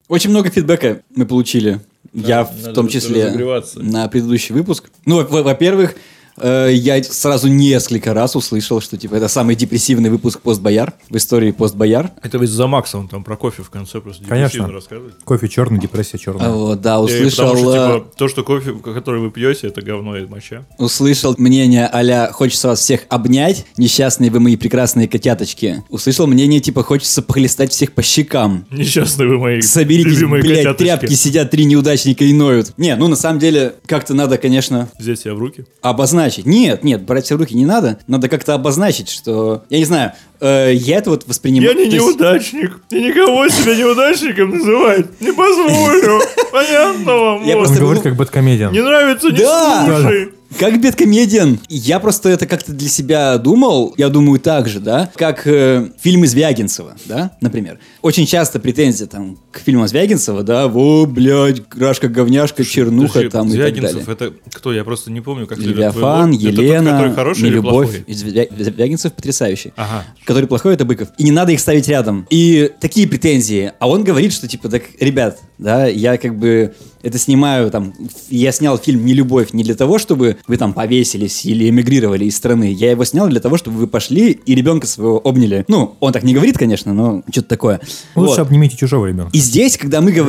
Очень много фидбэка мы получили. Я в том числе на предыдущий выпуск. Ну, во-первых, я сразу несколько раз услышал, что типа это самый депрессивный выпуск «Постбояр» в истории «Постбояр». Это ведь за Максом там про кофе в конце просто депрессивно рассказывает. Кофе черный, депрессия черная. Вот, да, услышал... Потому что типа, то, что кофе, который вы пьете, это говно и моча. Услышал мнение а-ля «хочется вас всех обнять, несчастные вы мои прекрасные котяточки». Услышал мнение типа «хочется похлестать всех по щекам». Несчастные вы мои соберитесь, любимые блядь, котяточки. тряпки, сидят 3 неудачника и ноют. Не, ну на самом деле, как-то надо, конечно... Взять себя в руки. Обозначить. Нет, брать себя в руки не надо. Надо как-то обозначить, что... Я не знаю, я это вот воспринимаю... Я не неудачник. И никого себя неудачником называть не позволю. Понятно вам? Я Он просто говорит как бэдкомедиан. Не нравится, не слушай. Как бэдкомедиан. Я просто это как-то для себя думал. Я думаю так же, да? Как фильмы Звягинцева, да, например. Очень часто претензия там к фильмам Звягинцева, да, во, блядь, Рашка, говняшка, чернуха там и так далее. Звягинцев, это кто? Я просто не помню, как Левиафан, Елена, который хороший Нелюбовь. Звягинцев потрясающий. Ага. Который плохой, это Быков. И не надо их ставить рядом. И такие претензии. А он говорит, что типа, так, ребят, да, я как бы это снимаю там, я снял фильм «Нелюбовь» не для того, чтобы вы там повесились или эмигрировали из страны. Я его снял для того, чтобы вы пошли и ребенка своего обняли. Ну, он так не говорит, конечно, но что-то такое. Лучше обнимите чужого ребенка. И здесь, когда мы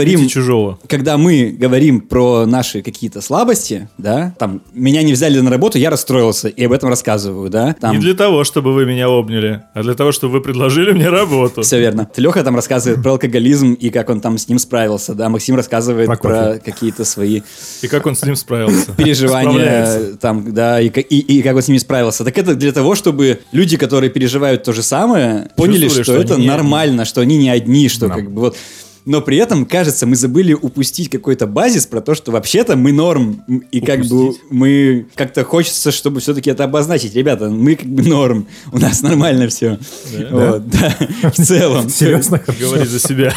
говорим про наши какие-то слабости, да, там, меня не взяли на работу, я расстроился, и об этом рассказываю, да. Там... Не для того, чтобы вы меня обняли, а для того, чтобы вы предложили мне работу. Все верно. Леха там рассказывает про алкоголизм и как он там с ним справился, да. Максим рассказывает про какие-то свои... И как он с ним справился. Переживания там, да, и как он с ними справился. Так это для того, чтобы люди, которые переживают то же самое, поняли, что это нормально, что они не одни, что как бы вот... Но при этом, кажется, мы забыли упустить какой-то базис про то, что вообще-то мы норм. И как бы мы как-то хочется, чтобы все-таки это обозначить. Ребята, мы как бы норм. У нас нормально все. Вот, да. В целом. Серьезно? Говори за себя.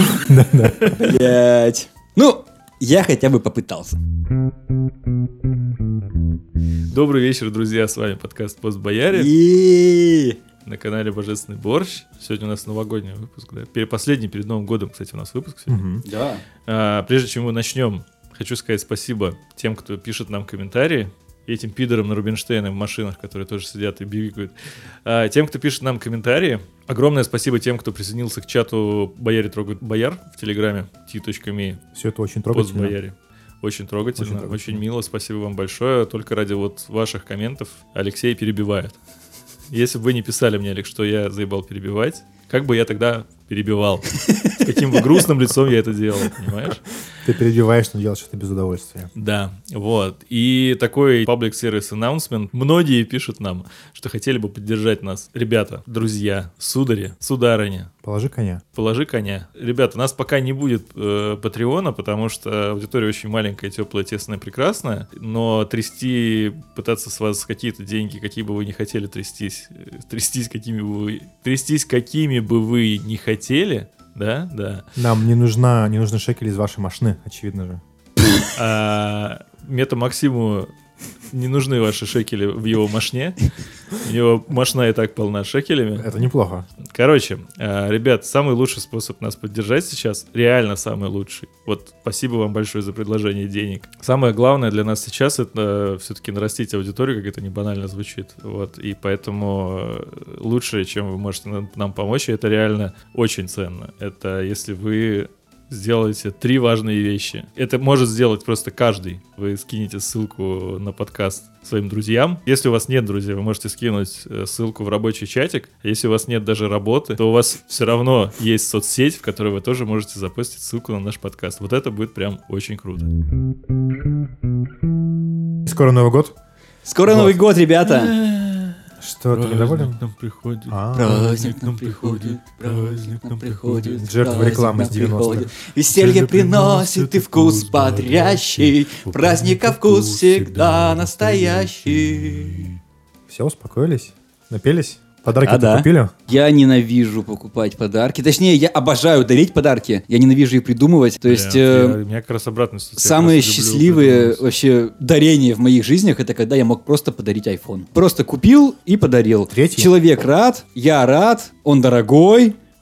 Блять. Ну, я хотя бы попытался. Добрый вечер, друзья. С вами подкаст «Постбояре». На канале «Божественный борщ». Сегодня у нас новогодний выпуск, да? Последний перед Новым годом, кстати, у нас выпуск сегодня. Да. Прежде чем мы начнем, хочу сказать спасибо тем, кто пишет нам комментарии, и этим пидорам на Рубинштейна в машинах, которые тоже сидят и бивикают. Тем, кто пишет нам комментарии, огромное спасибо тем, кто присоединился к чату «Бояре трогают бояр» в Телеграме, t.me. Все это очень трогательно. «Постбояре». Очень трогательно, очень мило, спасибо вам большое. Только ради вот ваших комментов Алексей перебивает. Если бы вы не писали мне, Алекс, что я заебал перебивать, как бы я тогда перебивал? С каким бы грустным лицом я это делал, понимаешь? Ты перебиваешь, но делаешь это без удовольствия. Да, вот. И такой public service announcement. Многие пишут нам, что хотели бы поддержать нас. Ребята, друзья, судари, сударыня. Положи коня. Положи коня. Ребята, у нас пока не будет Патреона, потому что аудитория очень маленькая, теплая, тесная, прекрасная. Но пытаться с вас какие-то деньги, какие бы вы не хотели трястись какими бы вы не хотели, да. Нам не нужны шекели из вашей машины, очевидно же. Мета Максиму не нужны ваши шекели в его машне. У него машина и так полна шекелями. Это неплохо. Короче, ребят, самый лучший способ нас поддержать сейчас, реально самый лучший. Вот спасибо вам большое за предложение денег. Самое главное для нас сейчас — это все-таки нарастить аудиторию, как это не банально звучит. Вот, и поэтому лучшее, чем вы можете нам помочь, и это реально очень ценно. Это если вы сделайте 3 важные вещи. Это может сделать просто каждый. Вы скинете ссылку на подкаст своим друзьям. Если у вас нет друзей, вы можете скинуть ссылку в рабочий чатик. Если у вас нет даже работы, то у вас все равно есть соцсеть, в которой вы тоже можете запостить ссылку на наш подкаст. Вот это будет прям очень круто. Скоро Новый год. Скоро Новый год, ребята. Что, ты недоволен? Праздник нам приходит. Праздник нам приходит, праздник нам приходит. Жертва рекламы с 90-х. Веселье приносит и вкус бодрящий. Праздника вкус всегда настоящий. Все, успокоились? Напелись? Подарки купили? Я ненавижу покупать подарки. Точнее, я обожаю дарить подарки. Я ненавижу их придумывать. То есть... у меня как раз обратно. Самые счастливые вообще дарения в моих жизнях — это когда я мог просто подарить iPhone. Просто купил и подарил. Третий? Человек рад, я рад, он дорогой.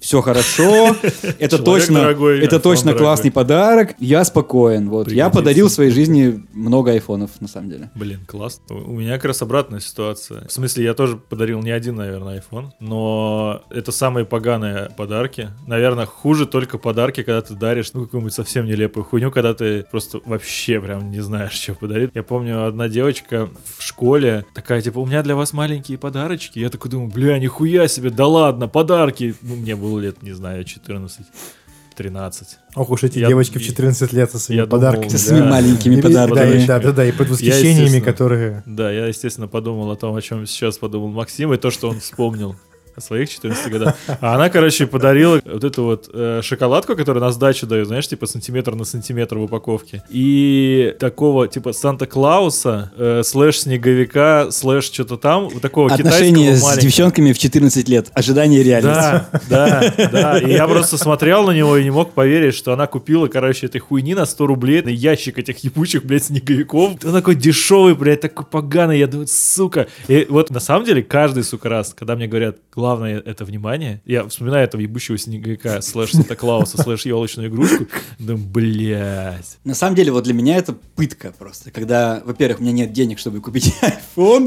все хорошо, это точно классный подарок, я спокоен. Вот. Я подарил в своей жизни много айфонов, на самом деле. Блин, класс. У меня как раз обратная ситуация. В смысле, я тоже подарил не один, наверное, iPhone, но это самые поганые подарки. Наверное, хуже только подарки, когда ты даришь какую-нибудь совсем нелепую хуйню, когда ты просто вообще прям не знаешь, что подарить. Я помню, одна девочка в школе такая, типа, у меня для вас маленькие подарочки. Я такой думаю, бля, нихуя себе, да ладно, подарки. Мне было лет, не знаю, 14. 13. Ох уж эти девочки в 14 лет со своими подарками. Со своими маленькими подарками. Да, и под восхищениями, которые... Да, я, естественно, подумал о том, о чем сейчас подумал Максим, и то, что он вспомнил о своих 14 годах. А она, короче, подарила вот эту вот шоколадку, которую на сдачу дают, знаешь, типа сантиметр на сантиметр в упаковке. И такого, типа, Санта-Клауса, /снеговика, что-то там, вот такого отношения китайского маленького. С девчонками в 14 лет. Ожидание реальности. Да. И я просто смотрел на него и не мог поверить, что она купила, короче, этой хуйни на 100 рублей, на ящик этих ебучих, блядь, снеговиков. Он такой дешевый, блядь, такой поганый. Я думаю, сука. И вот на самом деле каждый, сука, раз, когда мне говорят, главное это внимание. Я вспоминаю этого ебучего снеговика /Санта-Клауса /елочную игрушку. Думаю, блядь. На самом деле, вот для меня это пытка просто. Когда, во-первых, у меня нет денег, чтобы купить iPhone.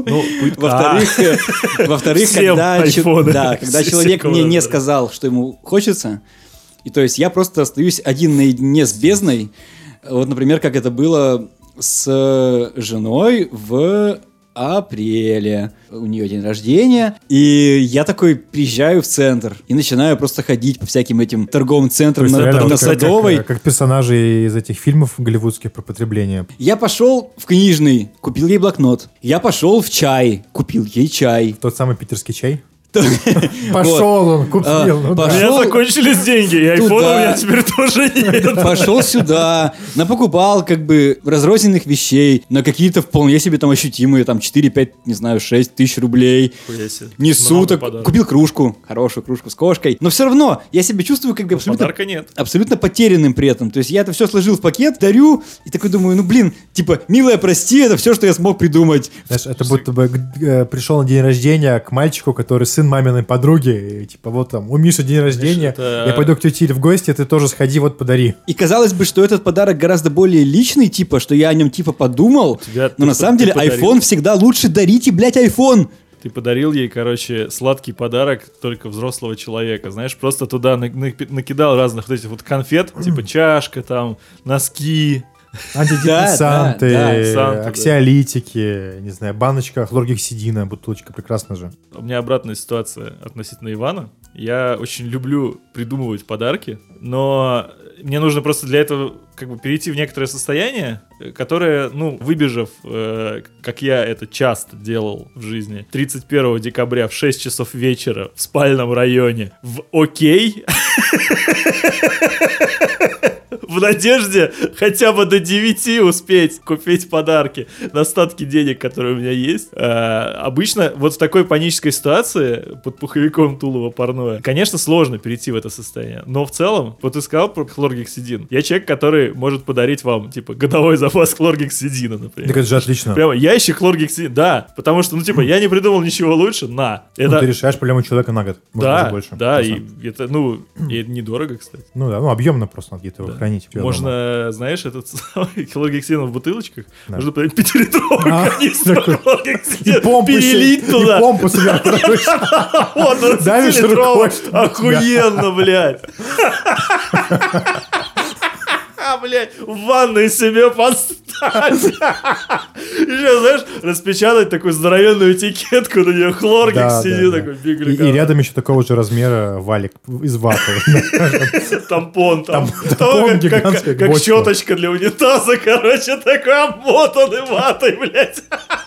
Во-вторых, когда человек мне не сказал, что ему хочется, и то есть я просто остаюсь один наедине с бездной. Вот, например, как это было с женой в апреле. У нее день рождения. И я такой приезжаю в центр и начинаю просто ходить по всяким этим торговым центрам на Садовой. Как персонажи из этих фильмов голливудских про потребление. Я пошел в книжный, купил ей блокнот. Я пошел в чай, купил ей чай. Тот самый питерский чай? Пошел он, купил. У меня закончились деньги, и айфона у меня теперь тоже нет. Пошел сюда, напокупал как бы разрозненных вещей на какие-то вполне себе там ощутимые, там 4-5, не знаю, 6 тысяч рублей. Несу, так, купил кружку, хорошую кружку с кошкой. Но все равно я себя чувствую как бы абсолютно потерянным при этом. То есть я это все сложил в пакет, дарю, и такой думаю, ну блин, типа, милая, прости, это все, что я смог придумать. Знаешь, это будто бы пришел на день рождения к мальчику, который сын маминой подруги, и, типа, вот там, у Миши день рождения, я пойду к тете Ире в гости, ты тоже сходи, вот подари. И казалось бы, что этот подарок гораздо более личный, типа, что я о нем, типа, подумал, но на самом деле iPhone всегда лучше дарите, блядь, iPhone. Ты подарил ей, короче, сладкий подарок только взрослого человека, знаешь, просто туда накидал разных вот этих вот конфет, типа чашка там, носки, антидепрессанты, аксиолитики, не знаю, баночка хлоргексидина, бутылочка, прекрасно же. У меня обратная ситуация относительно Ивана. Я очень люблю придумывать подарки, но мне нужно просто для этого как бы перейти в некоторое состояние, которое, ну, выбежав, как я это часто делал в жизни, 31 декабря в 6 часов вечера в спальном районе в окей, в надежде хотя бы до 9 успеть купить подарки на остатки денег, которые у меня есть. Обычно вот в такой панической ситуации под пуховиком Тулова парное, конечно, сложно перейти в это состояние. Но в целом, вот ты сказал про хлоргексидин. Я человек, который может подарить вам, типа, годовой запас хлоргексидина, например. Так это же отлично. Прямо ящик хлоргексидина. Да, потому что, ну, типа, я не придумал ничего лучше, на. Это... ты решаешь проблему человека на год. Да, больше, да, и это, ну, и это недорого, кстати. Ну да, ну объемно просто надо где-то его хранить. Можно, знаешь, этот хлоргексидин в бутылочках, можно подать 5-литровый канистру хлоргексидина, перелить туда. И помпу себя. Вот, 20-литровый, охуенно, блядь. Блядь, в ванной себе поставить. Еще, знаешь, распечатать такую здоровенную этикетку, на нее хлоргексидин такой биг. И рядом еще такого же размера валик из ваты. Тампон там. Как щеточка для унитаза, короче, такой обмотанный ватой, блядь.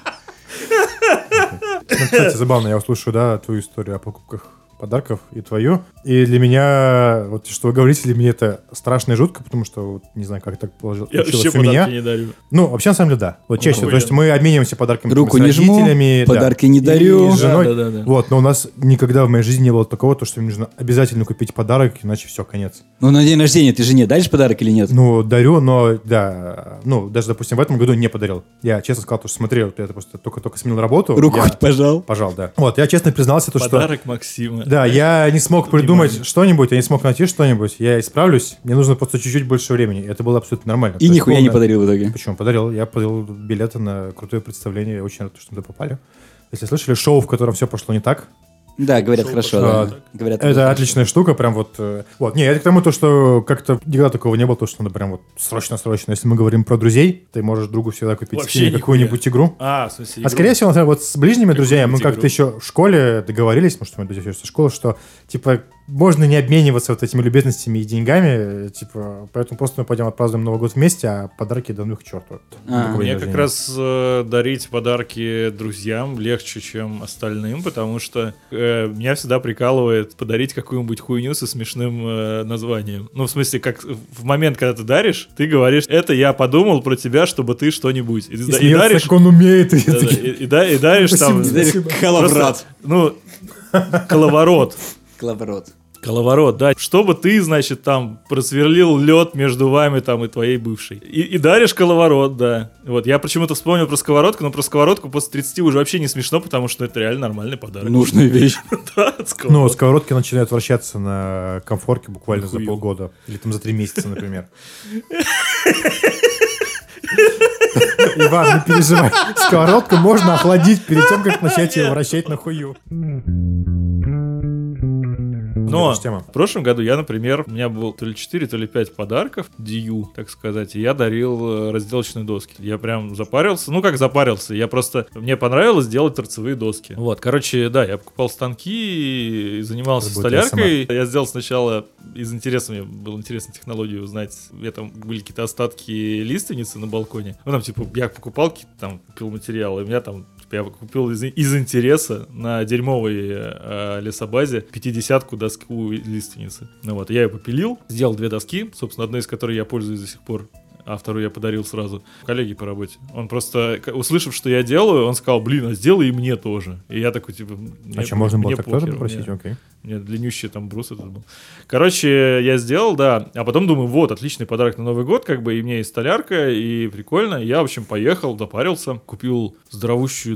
Кстати, забавно, я услышу, да, твою историю о покупках подарков и твою. И для меня, вот что вы говорите, для меня это страшно и жутко, потому что, вот, не знаю, как так получилось я вообще у меня. Не дарю. Ну, вообще, на самом деле, да. Вот чаще, то есть мы обмениваемся подарками руку с не родителями. Жму, подарки не дарю. И с женой. Да. Вот, но у нас никогда в моей жизни не было такого, то, что мне нужно обязательно купить подарок, иначе все, конец. Ну, на день рождения ты жене даришь подарок или нет? Ну, дарю, но, да. даже, допустим, в этом году не подарил. Я честно сказал, что смотри, вот я просто только сменил работу. Руку хоть пожал? Пожал, да. Вот, я честно признался, что... Подарок Максима. Да, я не смог придумать что-нибудь, я не смог найти что-нибудь, я исправлюсь, мне нужно просто чуть-чуть больше времени. Это было абсолютно нормально. И нихуя не подарил в итоге. Почему? Подарил. Я подарил билеты на крутое представление, я очень рад, что мы туда попали. Если слышали, шоу, в котором все пошло не так. Да, говорят, шоу хорошо. Да. Говорят, это отличная штука, прям вот. Не, это к тому, что как-то никогда такого не было, то, что надо прям вот срочно. Если мы говорим про друзей, ты можешь другу всегда купить какую-нибудь игру. В смысле, игру? Скорее всего, вот с ближними друзьями мы как-то еще в школе договорились, потому что мы друзья еще со школы, что типа можно не обмениваться вот этими любезностями и деньгами, типа, поэтому просто мы пойдем отпразднуем Новый год вместе, а подарки да ну их к черту. Мне как раз дарить подарки друзьям легче, чем остальным, потому что меня всегда прикалывает подарить какую-нибудь хуйню со смешным названием. Ну, в смысле, как в момент, когда ты даришь, ты говоришь, это я подумал про тебя, чтобы ты что-нибудь. И даришь, как он умеет. И даришь там... Коловрат. Ну, коловорот. Коловорот, да. Чтобы ты, значит, там просверлил лед между вами там и твоей бывшей. И даришь коловорот, да. Вот, я почему-то вспомнил про сковородку, но про сковородку после 30 уже вообще не смешно, потому что это реально нормальный подарок. Нужная вещь. Да, ну, сковородки начинают вращаться на комфорке буквально за полгода. Или там за 3 месяца, например. Иван, не переживай. Сковородку можно охладить перед тем, как начать ее вращать на хую. Но в прошлом году я, например, у меня было то ли 4, то ли 5 подарков, дию, так сказать, и я дарил разделочные доски. Я прям запарился, ну как запарился, мне понравилось делать торцевые доски. Вот, короче, да, я покупал станки и занимался столяркой. Я сделал сначала из интереса, мне было интересно технологию узнать, у меня там были какие-то остатки лиственницы на балконе. Ну там типа я покупал какие-то там, купил материалы, у меня там я купил из интереса на дерьмовой лесобазе 50-ку доску лиственницы. Ну вот, я ее попилил, сделал 2 доски, собственно, одной из которой я пользуюсь до сих пор, а вторую я подарил сразу коллеге по работе. Он просто, услышав, что я делаю, он сказал, а сделай и мне тоже. И я такой, типа... А что, можно было так тоже попросить? Окей. У меня длиннющий там брус этот был. Короче, я сделал, да. А потом думаю, вот, отличный подарок на Новый год, как бы, и мне и столярка, и прикольно. Я, в общем, поехал, допарился, купил здоровущую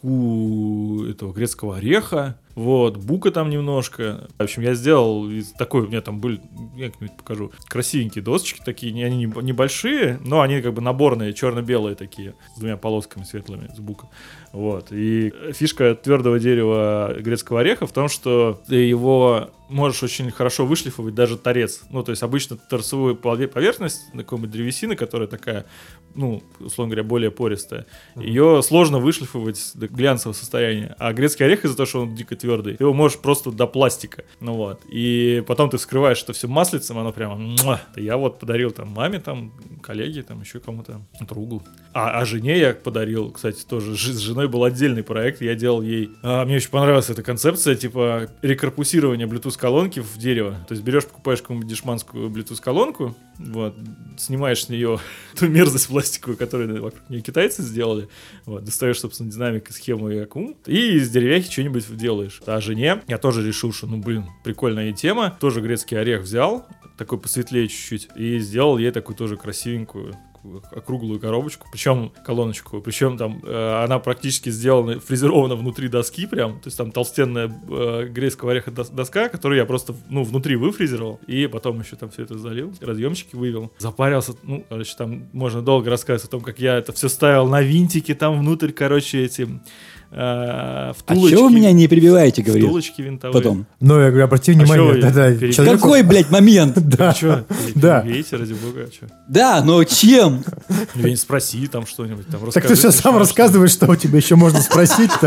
доску этого грецкого ореха, вот, бука там немножко. В общем, я сделал такой, у меня там были, я как-нибудь покажу, красивенькие досочки такие, они небольшие, но они как бы наборные, черно-белые такие, с 2 полосками светлыми, с бука. Вот, и фишка твердого дерева грецкого ореха в том, что ты его можешь очень хорошо вышлифовать, даже торец. Ну, то есть обычно торцевую поверхность какой-нибудь древесины, которая такая, ну, условно говоря, более пористая, ее сложно вышлифовать до глянцевого состояния. А грецкий орех из-за того, что он дико твердый, ты его можешь просто до пластика. Ну вот. И потом ты вскрываешь это все маслицем, оно прямо... Я вот подарил там маме, там, коллеге, там, еще кому-то, другу. А жене я подарил, кстати, тоже. С женой был отдельный проект, я делал ей... Мне очень понравилась эта концепция, типа, рекорпусирования Bluetooth-колонки в дерево. То есть берешь, покупаешь какую-нибудь дешманскую Bluetooth-колонку, вот, снимаешь с нее ту мерзость пластиковую, которую вокруг нее китайцы сделали, вот, достаешь, собственно, динамик, схему и аккум, и из деревяхи что-нибудь делаешь. А жене я тоже решил, что, прикольная тема. Тоже грецкий орех взял, такой посветлее чуть-чуть, и сделал ей такую тоже красивенькую округлую коробочку, причем колоночку, причем там она практически сделана, фрезерована внутри доски прям, то есть там толстенная грецкого ореха доска, которую я просто, внутри выфрезеровал, и потом еще там все это залил, разъемчики вывел, запарился, короче, там можно долго рассказывать о том, как я это все ставил на винтики там внутрь, короче, этим втулочки. А чего вы меня не перебиваете, говорит? Втулочки винтовые. Потом. Ну, я говорю, обрати внимание. Какой, блядь, момент? Да. Что? Да. Видите, ради бога, что? Да, но чем? Я спроси там что-нибудь. Так ты сейчас сам рассказываешь, что у тебя еще можно спросить-то.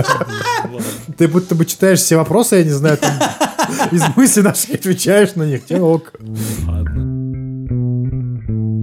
Ты будто бы читаешь все вопросы, я не знаю, там из мысли наших отвечаешь на них. Тебе ок. Ладно.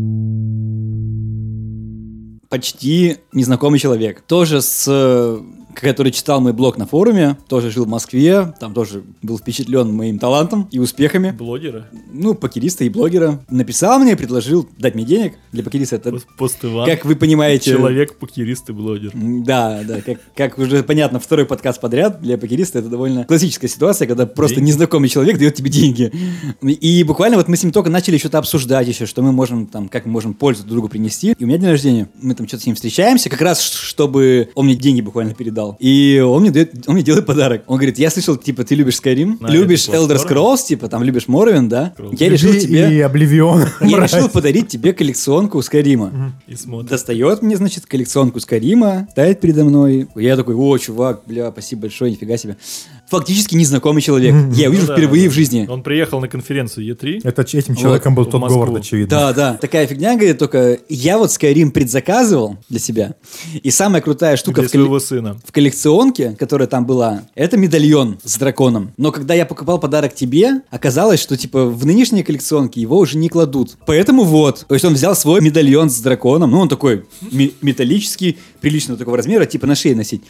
Почти незнакомый человек. Тоже с который читал мой блог на форуме, тоже жил в Москве, там тоже был впечатлен моим талантом и успехами. Блогера? Ну, покериста и блогера. Написал мне, предложил дать мне денег. Для покериста это, Пост-Иван. как вы понимаете... Человек, покерист и блогер. Да, как уже понятно, второй подкаст подряд для покериста это довольно классическая ситуация, когда просто незнакомый человек дает тебе деньги. И буквально вот мы с ним только начали что-то обсуждать еще, что мы можем там, как мы можем пользу друг другу принести. И у меня день рождения, мы там что-то с ним встречаемся, как раз чтобы он мне деньги буквально передал. И он мне делает подарок. Он говорит, я слышал, типа, ты любишь Skyrim, любишь Elder Scrolls, типа, там любишь Morrowind, да? Я решил тебе... И Oblivion. Я решил подарить тебе коллекционку Skyrim'а. Достает мне, значит, коллекционку Skyrim'а, ставит передо мной. Я такой, о, чувак, бля, спасибо большое, нифига себе. Фактически незнакомый человек. Я увижу впервые в жизни. Он приехал на конференцию E3. Этим человеком был тот Говард, очевидно. Да. Такая фигня, говорит, только я вот Skyrim предзаказывал для себя. И самая крутая штука для своего сына. В коллекционке, которая там была, это медальон с драконом. Но когда я покупал подарок тебе, оказалось, что типа в нынешней коллекционке его уже не кладут. Поэтому вот. То есть он взял свой медальон с драконом. Ну, он такой металлический, приличного такого размера, типа на шее носить.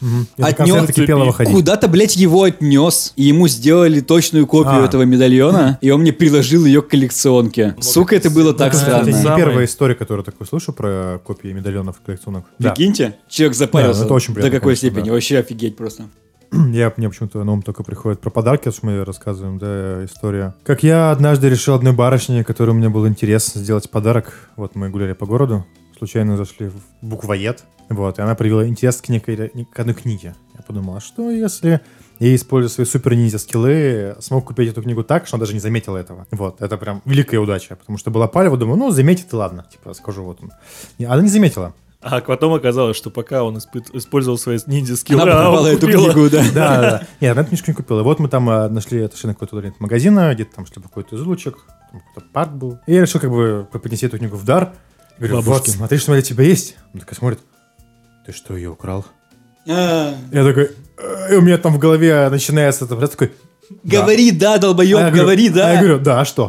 Отнес, куда-то, блядь, его отнес. И ему сделали точную копию этого медальона. И он мне приложил ее к коллекционке. Сука, это было так странно. Это не первая история, которую такую слышу про копии медальонов коллекционок. Прикиньте, человек запарился. Это очень приятно, до какой степени. Вообще офигеть просто. Мне почему-то на ум только приходит про подарки, что мы рассказываем, да, история. Как я однажды решил одной барышне, которой у меня был интерес, сделать подарок. Вот мы гуляли по городу, случайно зашли в буквоед, вот, и она проявила интерес к одной книге. Я подумал, а что если я, используя свои супер-ниндзя-скиллы, смог купить эту книгу так, что она даже не заметила этого. Вот, это прям великая удача, потому что была палева, думаю, ну, заметит и ладно, типа, скажу, вот он. Она не заметила. А потом оказалось, что пока он использовал свои ниндзя-скиллы, она покупала эту книгу, да. Да. Нет, она эту книжку не купила. И вот мы там отошли на какой-то магазин, где-то там шли в какой-то излучек, там какой-то парк был. И я решил как бы преподнести эту книгу в дар. Говорю, вот, смотри, что у тебя есть. Он такой смотрит, ты что, ее украл? Я такой, и у меня там в голове начинается это, такой... Говори, да, долбоеб, говори, да. Я говорю, да, а что?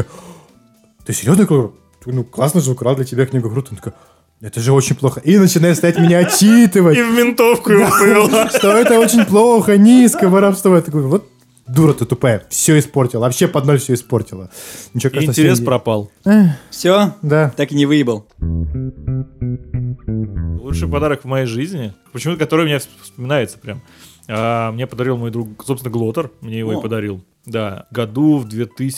Ты серьезно украл? Ну, классно же украл для тебя книгу, круто. Он такой... Это же очень плохо. И начинает стать меня отчитывать. И в ментовку его повела. Что это очень плохо, низко, воровство. Я такой, вот дура ты тупая, все испортила. Вообще под ноль все испортила. Интерес пропал. Все? Да. Так и не выебал. Лучший подарок в моей жизни, почему-то который у меня вспоминается прям. Мне подарил мой друг, собственно, Глотер. Мне его и подарил. Да, году в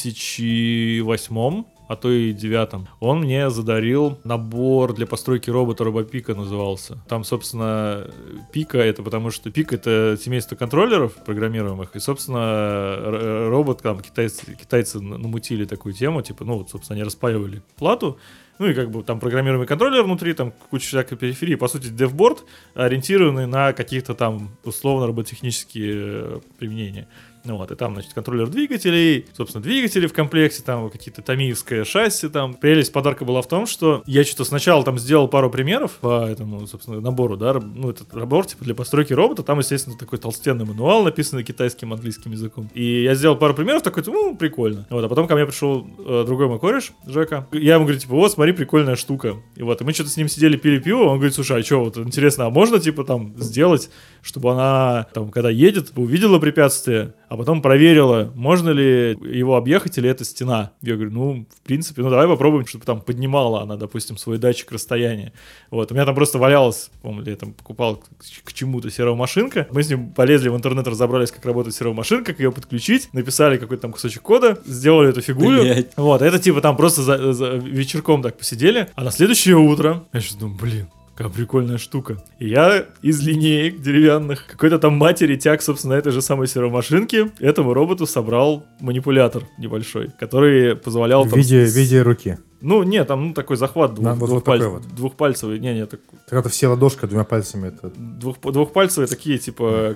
2008, а то и 2009. Он мне задарил набор для постройки робота Робопика назывался. Там, собственно, Пика это потому, что Пик это семейство контроллеров программируемых. И, собственно, робот, там, китайцы намутили такую тему, типа, ну, вот, собственно, они распаивали плату. Ну и как бы там программируемый контроллер внутри, там куча всякой периферии. По сути, девборд, ориентированный на каких-то там условно роботехнические применения. Ну вот, и там, значит, контроллер двигателей, собственно, двигатели в комплекте, там какие-то томиевское шасси, там. Прелесть подарка была в том, что я что-то сначала там сделал пару примеров по этому, собственно, набору, да, ну, этот набор, типа, для постройки робота, там, естественно, такой толстенный мануал, написанный китайским, английским языком. И я сделал пару примеров, такой, ну, прикольно. Вот, а потом ко мне пришел другой мой кореш, Жека, я ему говорю, типа, вот, смотри, прикольная штука. И вот, и мы что-то с ним сидели, пили пиво, он говорит, слушай, а что, вот, интересно, а можно, типа, там, сделать, чтобы она, там, когда едет, увидела препятствие, а потом проверила, можно ли его объехать или это стена. Я говорю, ну, в принципе, ну, давай попробуем, чтобы там поднимала она, допустим, свой датчик расстояния. Вот, у меня там просто валялась, помню, я там покупал к чему-то сервомашинка. Мы с ним полезли в интернет, разобрались, как работает сервомашинка, как ее подключить, написали какой-то там кусочек кода, сделали эту фигуру. Вот, это типа там просто за вечерком так посидели, а на следующее утро я сейчас думаю, блин, какая прикольная штука. И я из линеек деревянных, какой-то там матери тяг, собственно, на этой же самой сервомашинке, этому роботу собрал манипулятор небольшой, который позволял... В виде руки. Ну, нет, там ну, такой захват двухпальцевый. Не, так... Это все ладошка двумя пальцами. Это... Двухпальцевые такие, типа,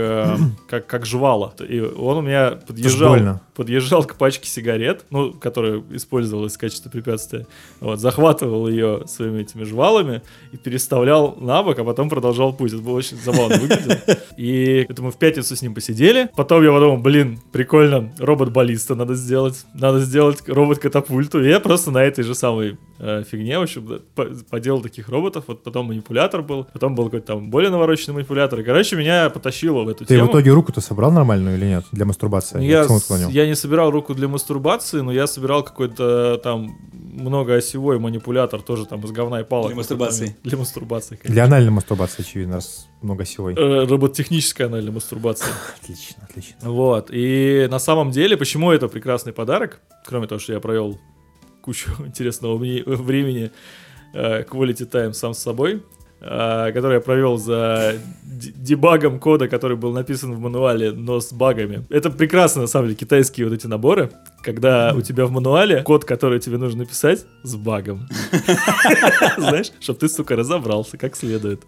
как жвала. И он у меня подъезжал к пачке сигарет, ну, которая использовалась в качестве препятствия. Вот, захватывал ее своими этими жвалами и переставлял на бок, а потом продолжал путь. Это было очень забавно выглядело. И это мы в пятницу с ним посидели. Потом я подумал, блин, прикольно, робот-баллиста надо сделать. Надо сделать робот-катапульту. И я просто на этой же самой фигне, в общем, поделал таких роботов, вот потом манипулятор был, потом был какой-то там более навороченный манипулятор, и, короче, меня потащило в эту тему. Ты в итоге руку-то собрал нормальную или нет для мастурбации? Я не собирал руку для мастурбации, но я собирал какой-то там многоосевой манипулятор, тоже там из говна и палок. Для мастурбации. Для мастурбации, конечно. Для анальной мастурбации, очевидно, раз многоосевой. Робототехническая анальная мастурбация. Отлично, отлично. Вот, и на самом деле, почему это прекрасный подарок, кроме того, что я провел кучу интересного времени, quality time сам с собой, который я провел за дебагом кода, который был написан в мануале, но с багами. Это прекрасно, на самом деле, китайские вот эти наборы, когда у тебя в мануале код, который тебе нужно написать, с багом. Знаешь, чтобы ты, сука, разобрался как следует.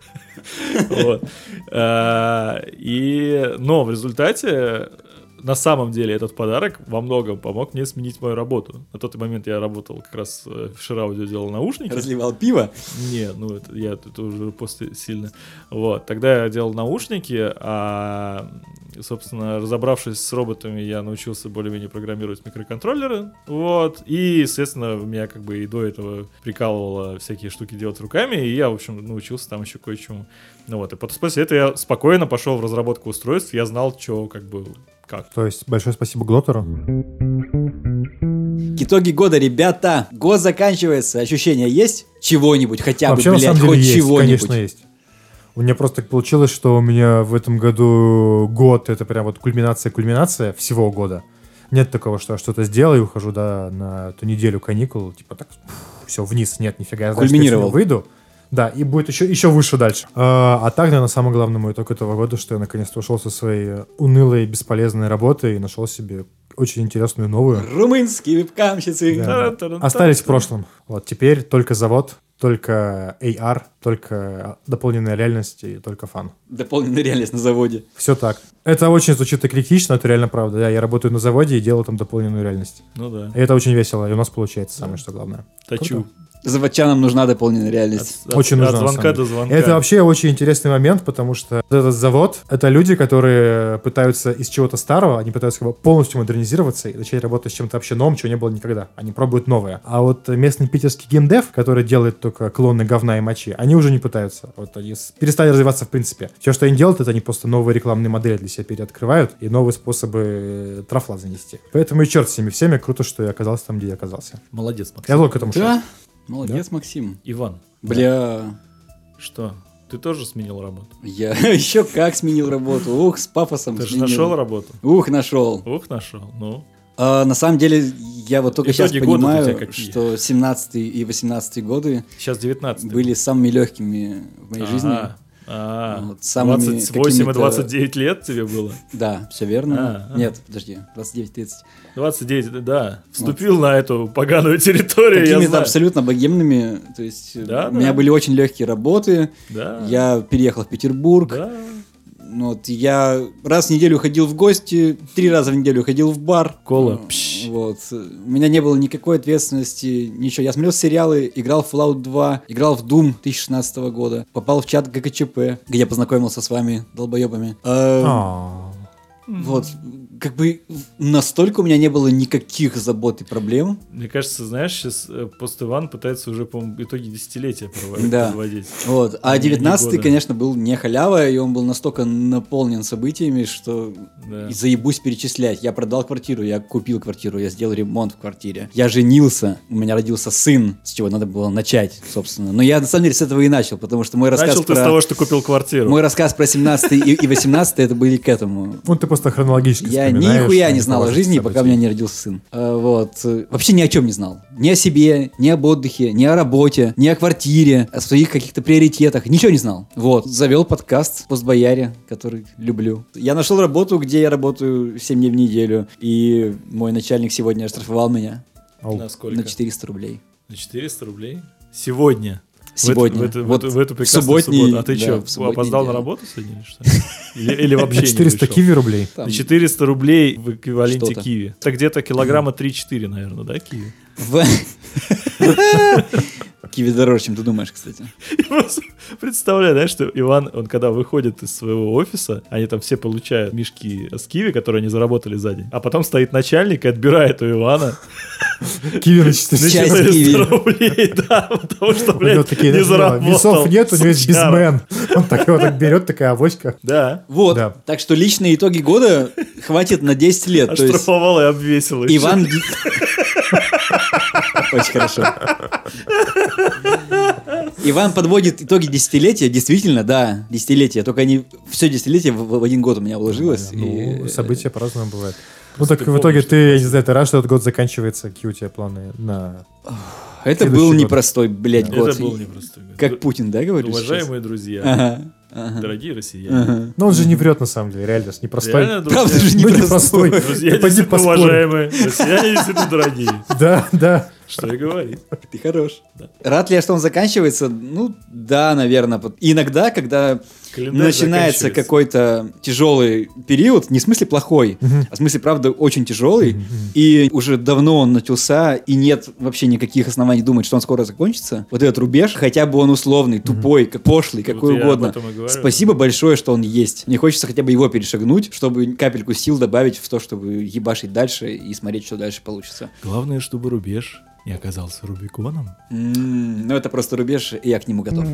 Но в результате на самом деле этот подарок во многом помог мне сменить мою работу. На тот момент я работал как раз в Шираудио, делал наушники. Разливал пиво? Нет, ну это уже после сильно. Вот, тогда я делал наушники, собственно, разобравшись с роботами, я научился более-менее программировать микроконтроллеры. Вот, и, естественно, меня как бы и до этого прикалывало всякие штуки делать руками, и я, в общем, научился там еще кое-чему. Ну вот, и после этого я спокойно пошел в разработку устройств, я знал, что как бы как. То есть большое спасибо Глоттеру. Итоги года, ребята. Год заканчивается. Ощущения есть? Чего-нибудь хотя вообще, бы, блядь, хоть есть, чего-нибудь. Конечно, есть. У меня просто так получилось, что у меня в этом году год, это прям вот кульминация всего года. Нет такого, что я что-то сделаю и ухожу, на ту неделю каникул, типа так, все, вниз, нет, нифига. Я знаю, что я выйду. Да, и будет еще выше дальше. А так, наверное, самый главный мой итог этого года, что я наконец-то ушел со своей унылой, бесполезной работы и нашел себе очень интересную новую. Румынские вебкамщицы. Да. Остались в прошлом. Вот теперь только завод, только AR, только дополненная реальность и только фан. Дополненная реальность на заводе. Все так. Это очень звучит и критично, это реально правда. Да, я работаю на заводе и делаю там дополненную реальность. Ну да. И это очень весело, и у нас получается самое, что главное. Точу. Заводчанам нужна дополненная реальность. Очень нужна. От звонка до звонка. Это вообще очень интересный момент, потому что этот завод — это люди, которые пытаются из чего-то старого, они пытаются как бы полностью модернизироваться и начать работать с чем-то вообще новым, чего не было никогда. Они пробуют новое. А вот местный питерский геймдев, который делает только клоны говна и мочи, они уже не пытаются. Вот они перестали развиваться в принципе. Все, что они делают, это они просто новые рекламные модели для себя переоткрывают и новые способы трафла занести. Поэтому и черт с ними всеми, круто, что я оказался там, где я оказался. Молодец, Максим. Я только к этому шел. Да? Молодец, да? Максим. Иван. Бля. Что? Ты тоже сменил работу? Я еще как сменил работу. Ух, с пафосом Ты сменил. же нашел работу? Нашел. Ну. На самом деле, я вот только сейчас понимаю, что 17-й и 18-й годы сейчас 19-й. были самыми легкими в моей жизни. Вот, 28 и 29 лет тебе было? Да, все верно. Нет, подожди, 29-30. 29, да. Вступил на эту поганую территорию, какими-то абсолютно богемными. То есть у меня были очень легкие работы. Да. Я переехал в Петербург. Да. Вот, я раз в неделю ходил в гости, 3 раза в неделю ходил в бар. Кола. Вот. У меня не было никакой ответственности, ничего. Я смотрел сериалы, играл в Fallout 2, играл в Doom 2016 года, попал в чат ГКЧП, где познакомился с вами, долбоебами. Вот, как бы настолько у меня не было никаких забот и проблем. Мне кажется, знаешь, сейчас пост-Иван пытается уже, по-моему, итоги десятилетия проводить. Вот. А 19-й, конечно, был не халява, и он был настолько наполнен событиями, что заебусь перечислять. Я продал квартиру, я купил квартиру, я сделал ремонт в квартире. Я женился, у меня родился сын, с чего надо было начать, собственно. Но я, на самом деле, с этого и начал, потому что мой рассказ начал ты с того, что купил квартиру. Мой рассказ про 17-й и 18-й, это были к этому. Вот ты просто хронологически я нихуя не знал о жизни, пока у меня не родился сын. Вот. Вообще ни о чем не знал. Ни о себе, ни об отдыхе, ни о работе, ни о квартире, о своих каких-то приоритетах. Ничего не знал. Вот. Завел подкаст «Постбояре», который люблю. Я нашел работу, где я работаю 7 дней в неделю. И мой начальник сегодня оштрафовал меня. На сколько? На 400 рублей. На 400 рублей? Сегодня? Сегодня. В эту прекрасную субботу. А ты что, опоздал на работу сегодня? Или вообще не 400 киви рублей? На 400 рублей в эквиваленте киви. Это где-то килограмма 3-4, наверное, да, киви? Киви дороже, чем ты думаешь, кстати. Я просто представляю, знаешь, что Иван, он когда выходит из своего офиса, они там все получают мешки с киви, которые они заработали за день, а потом стоит начальник и отбирает у Ивана Киви на 400 рублей, да, потому что, блядь, не заработал. Весов нет, у него есть безмен. Он так его так берет, такая авоська. Да. Вот, так что личные итоги года хватит на 10 лет. Оштрафовал и обвесил. Иван... Очень хорошо. Иван подводит итоги десятилетия. Действительно, да, десятилетия. Только они все десятилетие в один год у меня уложилось. Ну, события по-разному бывают. Ну так в итоге ты, я не знаю, ты рад, что этот год заканчивается? Какие у тебя планы на... Это был непростой, блядь, год. Это был непростой год. Как Путин, да, говоришь? Уважаемые друзья, дорогие россияне. Но он же не врет, на самом деле, реально, непростой. Правда же непростой. Друзья, действительно уважаемые, россияне действительно дорогие. Да. Что и говорит. Ты хорош. Рад ли я, что он заканчивается? Ну, да, наверное. Иногда, когда начинается какой-то тяжелый период, не в смысле плохой, а в смысле, правда, очень тяжелый, и уже давно он начался, и нет вообще никаких оснований думать, что он скоро закончится, вот этот рубеж, хотя бы он условный, тупой, пошлый, какой угодно. Спасибо большое, что он есть. Мне хочется хотя бы его перешагнуть, чтобы капельку сил добавить в то, чтобы ебашить дальше и смотреть, что дальше получится. Главное, чтобы рубеж не оказался Рубиконом. Ну, это просто рубеж, и я к нему готов.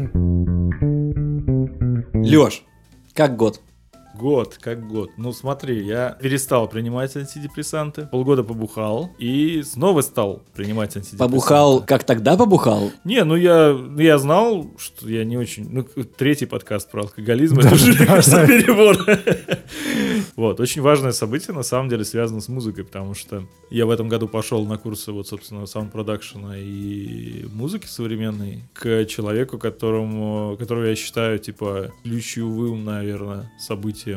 Лёш, как год? Год, как год. Ну смотри, я перестал принимать антидепрессанты, полгода побухал и снова стал принимать антидепрессанты. Побухал, как тогда побухал? Не, ну я знал, что я не очень... Ну, третий подкаст про алкоголизм, это уже, кажется, перебор. Вот, очень важное событие, на самом деле, связано с музыкой, потому что я в этом году пошел на курсы, вот, собственно, саунд-продакшена и музыки современной к человеку, которого я считаю, типа, ключевым, наверное, событием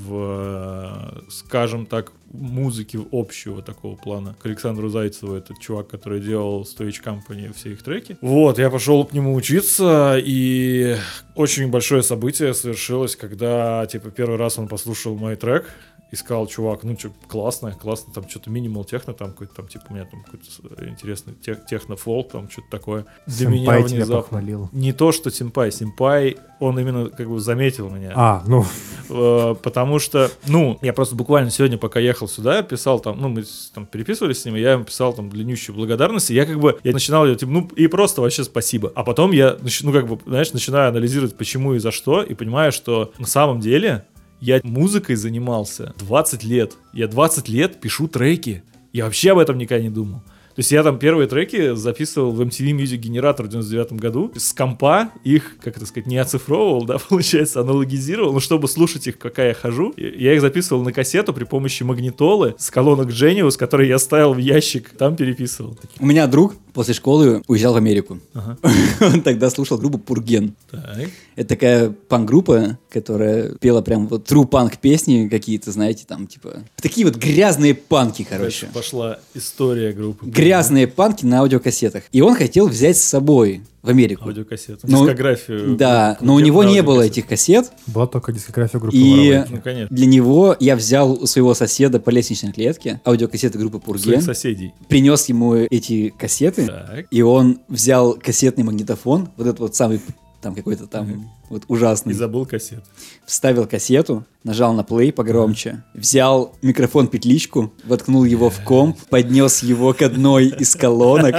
в, скажем так, музыки общего такого плана. К Александру Зайцеву, этот чувак, который делал Stage Company, все их треки. Вот, я пошел к нему учиться, и очень большое событие совершилось, когда, типа, первый раз он послушал мой трек и сказал: чувак, ну что, классно, там что-то минимал техно, там какой-то, там, типа, у меня там какой-то интересный техно-фолк, там что-то такое. Для меня внезапно. Не то, что симпай, он именно как бы заметил меня. Потому что, я просто буквально сегодня, пока ехал сюда, писал там, мы там переписывались с ним, и я ему писал там длиннющую благодарность, и я начинал ее, типа, и просто вообще спасибо. А потом я, начинаю анализировать, почему и за что, и понимаю, что на самом деле я музыкой занимался 20 лет. Я 20 лет пишу треки. Я вообще об этом никогда не думал. То есть я там первые треки записывал в MTV Music Generator в 99 году. С компа их, как это сказать, не оцифровывал, да, получается, аналогизировал. Но чтобы слушать их, пока я хожу, я их записывал на кассету при помощи магнитолы с колонок Genius, которые я ставил в ящик, там переписывал. У меня друг после школы уезжал в Америку. Он тогда слушал группу Пурген. Это такая панк-группа, которая пела прям вот true панк песни какие-то, знаете, там типа... Такие вот грязные панки, короче. Пошла история группы. Грязные панки на аудиокассетах. И он хотел взять с собой в Америку. Аудиокассету. Дискографию. Да, но у него не было этих кассет. Была только дискография группы Воровайки. И для него я взял у своего соседа по лестничной клетке аудиокассеты группы Пурген. Своих соседей. Принес ему эти кассеты. Так. И он взял кассетный магнитофон, вот этот вот самый там какой-то там вот ужасный. И забыл кассету. Вставил кассету, нажал на плей погромче, взял микрофон-петличку, воткнул его в комп, поднес его к одной из колонок,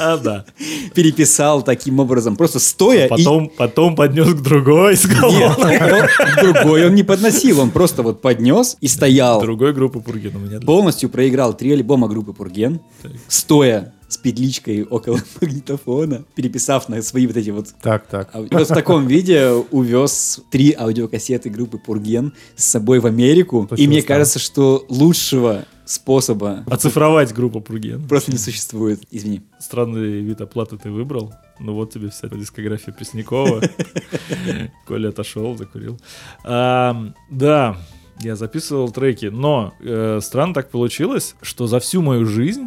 переписал таким образом, просто стоя. Потом поднес к другой из колонок. Нет, к другой он не подносил, он просто вот поднес и стоял. Другой группы Пурген у меня. Полностью проиграл 3 альбома группы Пурген, стоя с петличкой около магнитофона, переписав на свои вот эти вот... Так. Вот в таком виде увез 3 аудиокассеты группы Пурген с собой в Америку. И мне кажется, что лучшего способа... Оцифровать группу Пурген. Просто не существует. Извини. Странный вид оплаты ты выбрал. Ну вот тебе вся дискография Преснякова. Коля отошел, закурил. Да. Я записывал треки, но странно так получилось, что за всю мою жизнь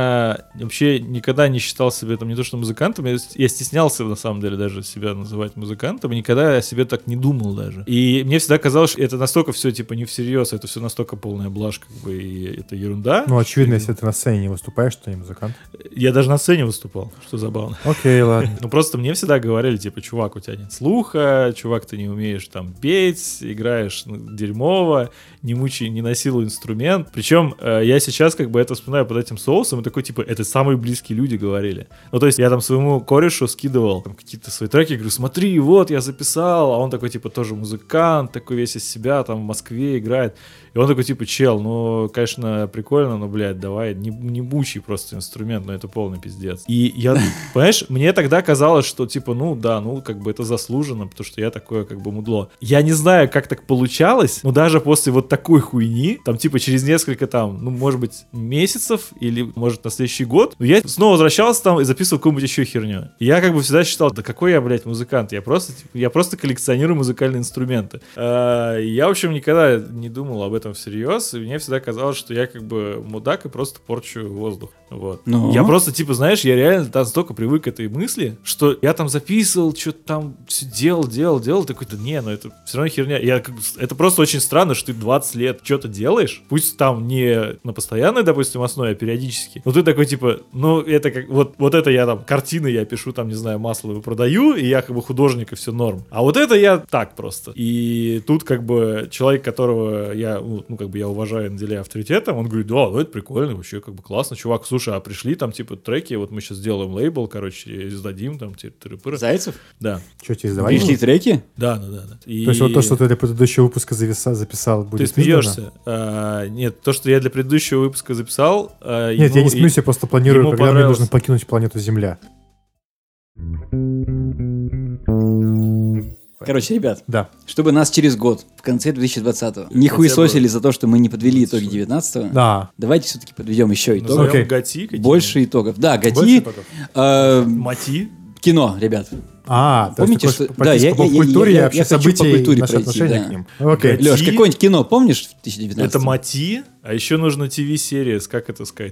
я вообще никогда не считал себя там не то что музыкантом, я стеснялся на самом деле даже себя называть музыкантом, и никогда о себе так не думал даже. И мне всегда казалось, что это настолько все типа не всерьез, это все настолько полная блажь, как бы, и это ерунда. Ну, очевидно, если ты на сцене не выступаешь, то не музыкант. Я даже на сцене выступал, что забавно. Окей, ладно. Ну, просто мне всегда говорили, типа, чувак, у тебя нет слуха, чувак, ты не умеешь там петь, играешь дерьмово, не мучай, не насилуй инструмент. Причем я сейчас как бы это вспоминаю под этим соусом, и такой, типа, это самые близкие люди говорили. Ну, то есть я там своему корешу скидывал там какие-то свои треки, говорю, смотри, вот, я записал, а он такой, типа, тоже музыкант, такой весь из себя, там, в Москве играет. И он такой, типа, чел, ну, конечно, прикольно, но, блядь, давай, не мучай просто инструмент, но это полный пиздец. И я, понимаешь, мне тогда казалось, что, типа, ну, да, ну, как бы это заслуженно, потому что я такое, как бы, мудло. Я не знаю, как так получалось, но даже после вот такой хуйни, там, типа, через несколько, там, ну, может быть, месяцев или, может, на следующий год, я снова возвращался там и записывал какую-нибудь еще херню. И я, как бы, всегда считал, да какой я, блядь, музыкант, я просто коллекционирую музыкальные инструменты. Я, в общем, никогда не думал об этом всерьез, и мне всегда казалось, что я как бы мудак и просто порчу воздух. Вот. Ну? Я просто, типа, знаешь, я реально настолько привык к этой мысли, что я там записывал, что-то там все делал, такой, да не, ну это все равно херня. Это просто очень странно, что ты 20 лет что-то делаешь, пусть там не на постоянной, допустим, основе, а периодически, но ты такой, типа, ну это как, вот это я там, картины я пишу, там, не знаю, масло продаю, и я как бы художник, и все норм. А вот это я так просто. И тут как бы человек, которого я, ну, как бы я уважаю, наделяю авторитетом, он говорит, да, ну это прикольно, вообще как бы классно, чувак, слушай, а пришли там типа треки, вот мы сейчас сделаем лейбл, короче, издадим там тыры-пыры. Зайцев? Да. Что, тебе издавали? Пришли треки? Да. И... То есть вот то, что ты для предыдущего выпуска записал, будет ты смеешься? Нет, то, что я для предыдущего выпуска записал... Нет, я не смеюсь, я просто планирую, когда мне нужно покинуть планету Земля. Короче, ребят, да. Чтобы нас через год, в конце 2020-го, не хуесосили за то, что мы не подвели итоги 19-го, да. Давайте все-таки подведем еще итогов. Назовем ГАТИ. Больше итогов. Да, ГАТИ. МАТИ. Кино, ребят. Помните, что да, я по культуре и вообще события и наши отношения к ним. Окей. Леш, какое-нибудь кино помнишь в 2019? Это МАТИ, а еще нужно ТВ-серия, как это сказать?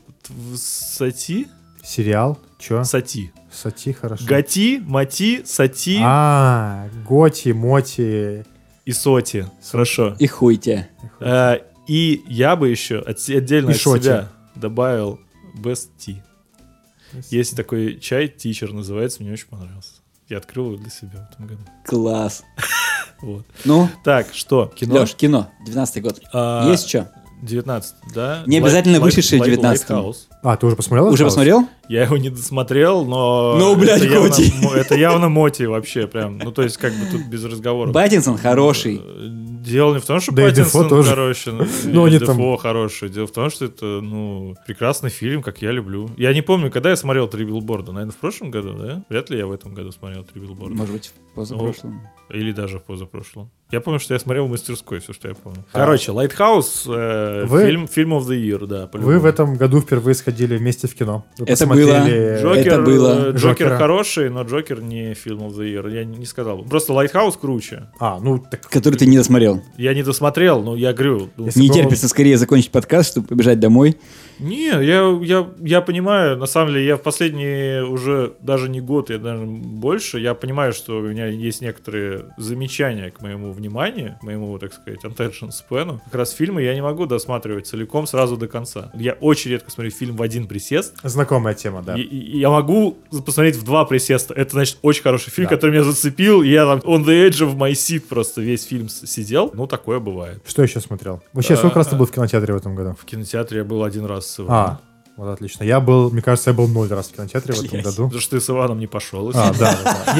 Сати? Сериал? Че? Сати. Сати, хорошо. ГАТИ, МАТИ, Сати. Готи, Моти. И Соти. Хорошо. И хуйте. И я бы еще отдельно от себя добавил Best Tea. Есть такой чай, Teacher называется, мне очень понравился. Я открыл его для себя в этом году. Класс. Вот. Ну? Так, что? Кино? Леш, кино. 19-й год. Есть что? 19, да? Не обязательно вышедший в 19-м. Ты уже посмотрел? Уже посмотрел? Я его не досмотрел, но... Ну, блядь, Готи. Это явно Моти вообще прям. Ну, то есть, как бы тут без разговоров. Паттинсон хороший. Дело не в том, что да Паттинсон хороший, но Дефо хороший. Дело в том, что это, прекрасный фильм, как я люблю. Я не помню, когда я смотрел «Три билборда». Наверное, в прошлом году, да? Вряд ли я в этом году смотрел «Три билборда». Может быть, в позапрошлом. Или даже в позапрошлом. Я помню, что я смотрел в мастерской, все, что я помню. Короче, «Лайтхаус», фильм of the year, да. Вы в этом году впервые сходили вместе в кино. Это было. Джокер хороший, но Джокер не фильм of the year. Я не сказал. Просто «Лайтхаус» круче. Который ты не досмотрел. Я не досмотрел, но я говорю... Не терпится скорее закончить подкаст, чтобы побежать домой. Не, я понимаю, на самом деле, я в последние уже даже не год, я даже больше, я понимаю, что у меня есть некоторые замечания к моему вниманию, к моему, так сказать, attention span. Как раз фильмы я не могу досматривать целиком сразу до конца. Я очень редко смотрю фильм в один присест. Знакомая тема, да. Я могу посмотреть в два присеста. Это, значит, очень хороший фильм, который меня зацепил. И я там on the edge of my seat просто весь фильм сидел. Ну, такое бывает. Что еще смотрел? Вообще, сколько раз ты был в кинотеатре в этом году? В кинотеатре я был один раз с Иваном. Вот отлично. Мне кажется, я был 0 раз в кинотеатре в этом году. Потому что ты с Иваном не пошел. Да.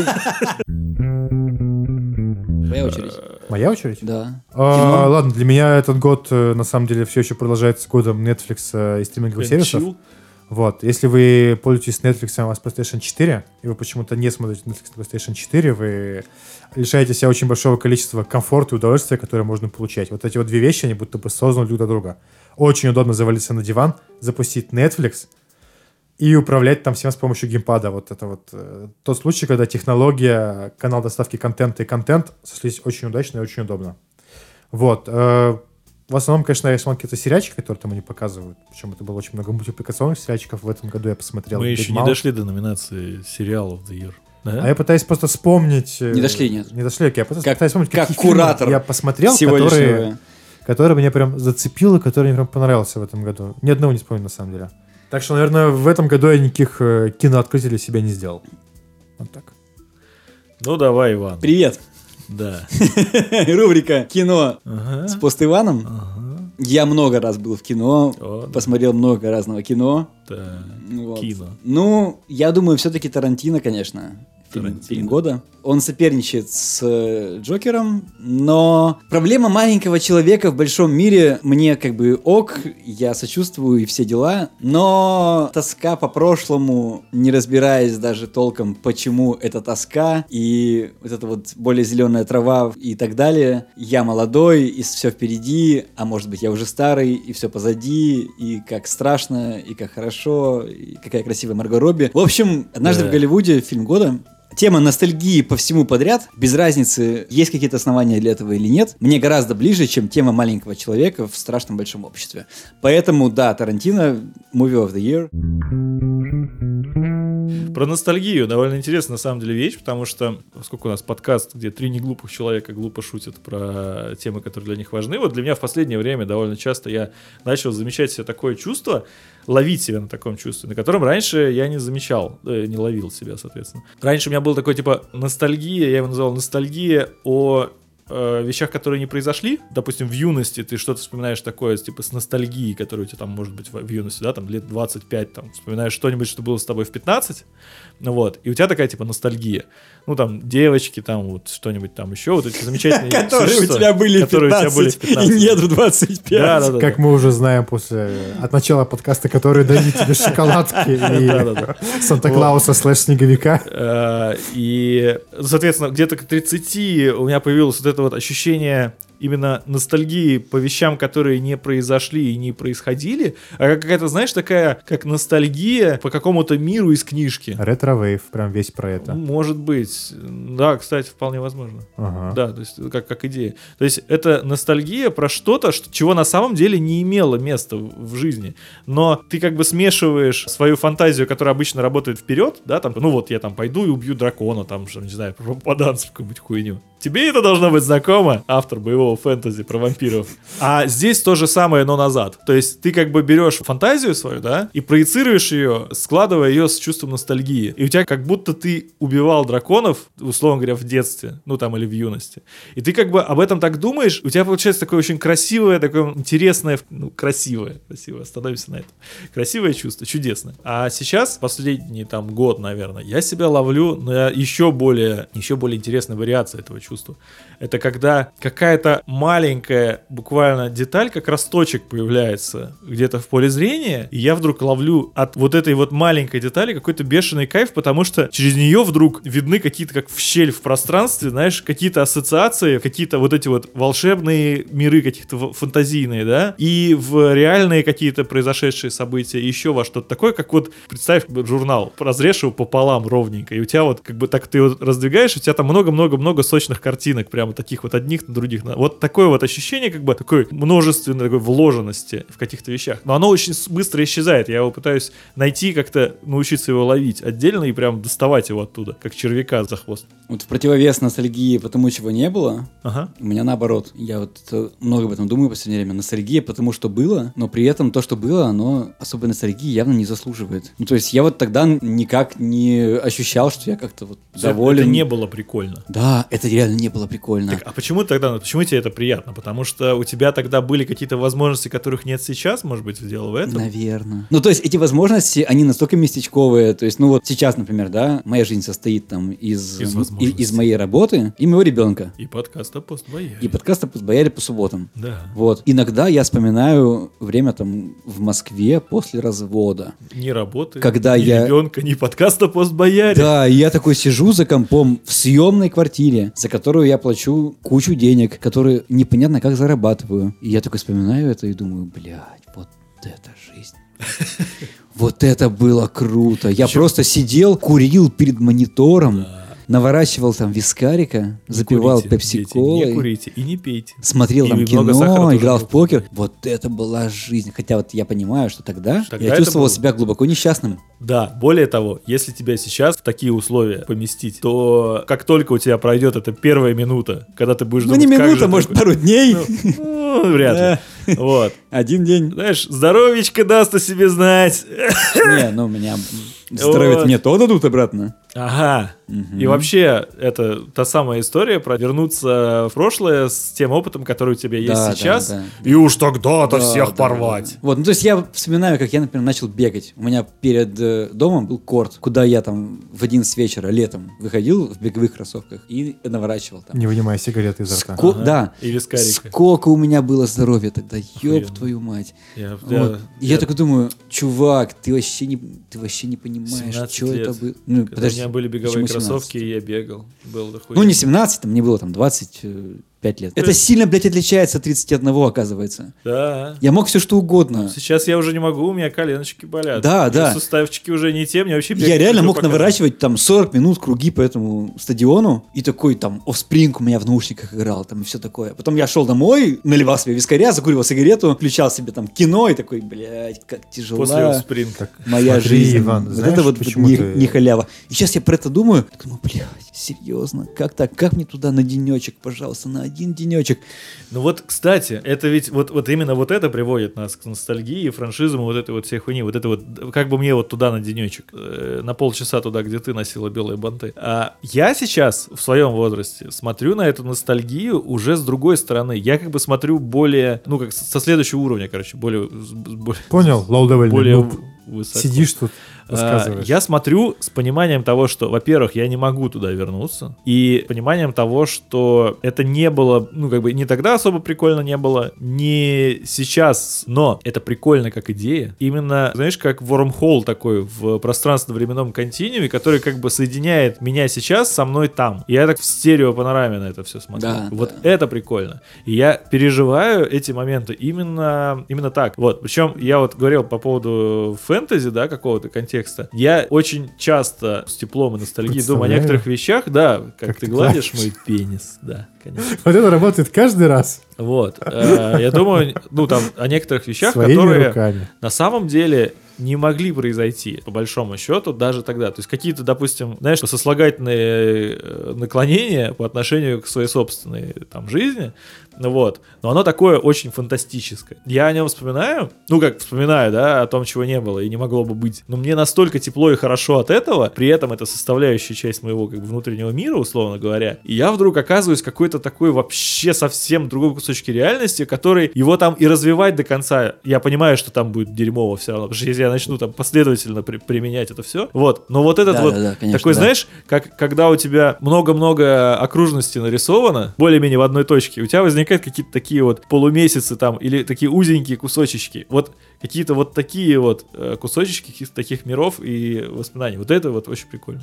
Твоя очередь. Моя очередь? Да. Ладно, для меня этот год, на самом деле, все еще продолжается годом Netflix и стриминговых сервисов. Вот. Если вы пользуетесь Netflix, у вас PlayStation 4, и вы почему-то не смотрите Netflix на PlayStation 4, вы лишаете себя очень большого количества комфорта и удовольствия, которые можно получать. Вот эти вот две вещи, они будто бы созданы друг для друга. Очень удобно завалиться на диван, запустить Netflix и управлять там всем с помощью геймпада. Вот это вот тот случай, когда технология, канал доставки контента и контент сошлись очень удачно и очень удобно. Вот. В основном, конечно, я смотрел какие-то сериальчики, которые там они показывают. Причем это было очень много мультипликационных сериальчиков в этом году я посмотрел. Мы еще не дошли до номинации сериалов of the Year. Да? А я пытаюсь просто вспомнить... Не дошли, нет. Не дошли, окей. Я пытаюсь вспомнить, какие куратор я посмотрел, который меня прям зацепил и который мне прям понравился в этом году. Ни одного не вспомнил, на самом деле. Так что, наверное, в этом году я никаких кинооткрытий для себя не сделал. Вот так. Ну, давай, Иван. Привет. Да. Рубрика «Кино с Пост Иваном». Я много раз был в кино, посмотрел много разного кино. Вот. Кино. Ну, я думаю, все-таки Тарантино, конечно. Фильм года. Он соперничает с Джокером, но проблема маленького человека в большом мире мне как бы ок, я сочувствую и все дела, но тоска по прошлому, не разбираясь даже толком, почему это тоска, и вот эта вот более зеленая трава и так далее. Я молодой, и все впереди, а может быть я уже старый, и все позади, и как страшно, и как хорошо, и какая красивая Марго Робби. В общем, «Однажды в Голливуде» фильм года. Тема ностальгии по всему подряд, без разницы, есть какие-то основания для этого или нет, мне гораздо ближе, чем тема маленького человека в страшном большом обществе. Поэтому, да, Тарантино, Movie of the Year. Про ностальгию довольно интересная, на самом деле, вещь, потому что, поскольку у нас подкаст, где 3 неглупых человека глупо шутят про темы, которые для них важны, вот для меня в последнее время довольно часто я начал замечать себе такое чувство, ловить себя на таком чувстве, на котором раньше я не замечал, не ловил себя, соответственно. Раньше у меня был такой, типа, ностальгия, я его называл ностальгия о вещах, которые не произошли. Допустим, в юности ты что-то вспоминаешь такое, типа, с ностальгией, которая у тебя там может быть в юности, да, там лет 25, там, вспоминаешь что-нибудь, что было с тобой в 15, ну вот, и у тебя такая, типа, ностальгия. Ну, там, девочки, там, вот, что-нибудь там еще, вот эти замечательные... Которые у тебя были в 15 и нет в 25. Как мы уже знаем от начала подкаста, который дают тебе шоколадки и Санта-Клауса /Снеговика. И, соответственно, где-то к 30 у меня появилось вот это вот ощущение именно ностальгии по вещам, которые не произошли и не происходили, а какая-то, знаешь, такая, как ностальгия по какому-то миру из книжки. Ретро-вейв, прям весь про это. Может быть. Да, кстати, вполне возможно. Ага. Да, то есть как идея. То есть это ностальгия про что-то, чего на самом деле не имело места в жизни. Но ты как бы смешиваешь свою фантазию, которая обычно работает вперед, да, там, ну вот я там пойду и убью дракона, там, не знаю, попаданцев какую-нибудь хуйню. Тебе это должно быть знакомо, автор боевого фэнтези про вампиров. А здесь то же самое, но назад. То есть ты как бы берешь фантазию свою, да, и проецируешь ее, складывая ее с чувством ностальгии. И у тебя как будто ты убивал драконов, условно говоря, в детстве, ну там или в юности. И ты как бы об этом так думаешь, у тебя получается такое очень красивое, такое интересное, ну красивое, остановимся на этом. Красивое чувство, чудесное. А сейчас, последний там год, наверное, я себя ловлю на еще более интересной вариации этого чувства. Это когда какая-то маленькая буквально деталь, как росточек появляется где-то в поле зрения, и я вдруг ловлю от вот этой вот маленькой детали какой-то бешеный кайф, потому что через нее вдруг видны какие-то, как в щель в пространстве, знаешь, какие-то ассоциации, какие-то вот эти вот волшебные миры, каких-то фантазийные, да, и в реальные какие-то произошедшие события, еще во что-то такое, как вот, представь, журнал, разрежь его пополам ровненько, и у тебя вот, как бы так ты его раздвигаешь, у тебя там много-много-много сочных картинок, прямо таких вот одних на других. Вот такое вот ощущение, как бы, такой множественной такой вложенности в каких-то вещах. Но оно очень быстро исчезает. Я его пытаюсь найти, как-то научиться его ловить отдельно и прям доставать его оттуда, как червяка за хвост. Вот в противовес ностальгии потому, чего не было, у меня наоборот. Я вот много об этом думаю в последнее время. Ностальгия потому, что было, но при этом то, что было, оно особой ностальгии явно не заслуживает. Ну, то есть я вот тогда никак не ощущал, что я как-то вот доволен. Это не было прикольно. Да, это реально не было прикольно. Так, а почему тебе это приятно? Потому что у тебя тогда были какие-то возможности, которых нет сейчас, может быть, дело в этом? Наверное. Ну, то есть эти возможности, они настолько местечковые. То есть, ну вот сейчас, например, да, моя жизнь состоит там из моей работы и моего ребенка. И подкаста «Постбояре». И подкаста «Постбояре» по субботам. Да. Вот. Иногда я вспоминаю время там в Москве после развода. Ни работы, когда ни ребенка, ни подкаста «Постбояре». Да, и я такой сижу за компом в съемной квартире, за которую я плачу кучу денег, которые непонятно как зарабатываю. И я такой вспоминаю это и думаю, блядь, вот это жизнь. Вот это было круто. Я просто сидел, курил перед монитором. наворачивал там вискарика, запивал пепси-колой. Не курите и не пейте. Смотрел там кино, играл в покер. Вот это была жизнь. Хотя вот я понимаю, что тогда я чувствовал себя глубоко несчастным. Да, более того, если тебя сейчас в такие условия поместить, то как только у тебя пройдет эта первая минута, когда ты будешь думать, не минута, может, пару дней. Вряд ли. Вот. Один день. Знаешь, здоровечко даст о себе знать. Не, ну у меня здоровье мне то дадут обратно. Ага. И вообще, это та самая история про вернуться в прошлое с тем опытом, который у тебя есть сейчас, и уж тогда-то всех порвать. Вот, ну то есть я вспоминаю, как я, например, начал бегать. У меня перед домом был корт, куда я там в 11 вечера летом выходил в беговых кроссовках и наворачивал там. Не вынимая сигареты изо рта. Да. И вискарика. Сколько у меня было здоровья тогда, ёб твою мать. Я такой думаю, чувак, ты вообще не понимаешь, что это было. Ну, когда у меня были беговые кроссовки, и я бегал. Ну, не 17, мне было там 25 лет. Это сильно, блядь, отличается от 31, оказывается. Да. Я мог все что угодно. Сейчас я уже не могу, у меня коленочки болят. Да. Суставчики уже не те, мне вообще... Я реально мог наворачивать там 40 минут круги по этому стадиону, и такой там Offspring у меня в наушниках играл, там и все такое. Потом я шел домой, наливал себе вискаря, закуривал сигарету, включал себе там кино, и такой, блядь, как тяжела после Offspring. Моя жизнь. Иван, вот знаешь, это вот почему не халява. И сейчас я про это думаю, блядь, серьезно, как так? Как мне туда на денечек, пожалуйста, на один денечек? Ну вот, кстати, это ведь вот именно вот это приводит нас к ностальгии, франшизам, вот этой вот всей хуйни, вот это вот, как бы мне вот туда на денечек, на полчаса туда, где ты носила белые банты. А я сейчас в своем возрасте смотрю на эту ностальгию уже с другой стороны. Я как бы смотрю более, ну как со следующего уровня, короче, более Понял, low-level. Более высоко. Сидишь тут. Я смотрю с пониманием того, что, во-первых, я не могу туда вернуться, и пониманием того, что это не было, ну, как бы, не тогда особо прикольно не было, не сейчас, но это прикольно как идея. Именно, знаешь, как wormhole такой в пространственно-временном континууме, который как бы соединяет меня сейчас со мной там. И я так в стереопанораме на это все смотрю. Вот это прикольно. И я переживаю эти моменты именно так. Вот. Причем я вот говорил по поводу фэнтези, да, какого-то контекста. Я очень часто с теплом и ностальгией думаю о некоторых вещах, да, как ты гладишь мой пенис, да, конечно. Вот это работает каждый раз. Вот. Я думаю, ну, там, о некоторых вещах, своими которые руками. На самом деле не могли произойти, по большому счету, даже тогда. То есть какие-то, допустим, знаешь, сослагательные наклонения по отношению к своей собственной там жизни, вот. Но оно такое очень фантастическое. Я о нем вспоминаю, ну как вспоминаю, да, о том, чего не было и не могло бы быть. Но мне настолько тепло и хорошо от этого, при этом это составляющая часть моего как бы внутреннего мира, условно говоря. И я вдруг оказываюсь в какой-то такой вообще совсем другой кусочке реальности, который его там и развивать до конца. Я понимаю, что там будет дерьмово все равно, потому что если я начну там последовательно применять это все, вот. Но вот этот конечно, такой, знаешь, как когда у тебя много-много окружностей нарисовано, более-менее в одной точке, у тебя возникают какие-то такие вот полумесяцы там, или такие узенькие кусочечки. Вот какие-то вот такие вот кусочечки каких-то таких миров и воспоминаний. Вот это вот очень прикольно.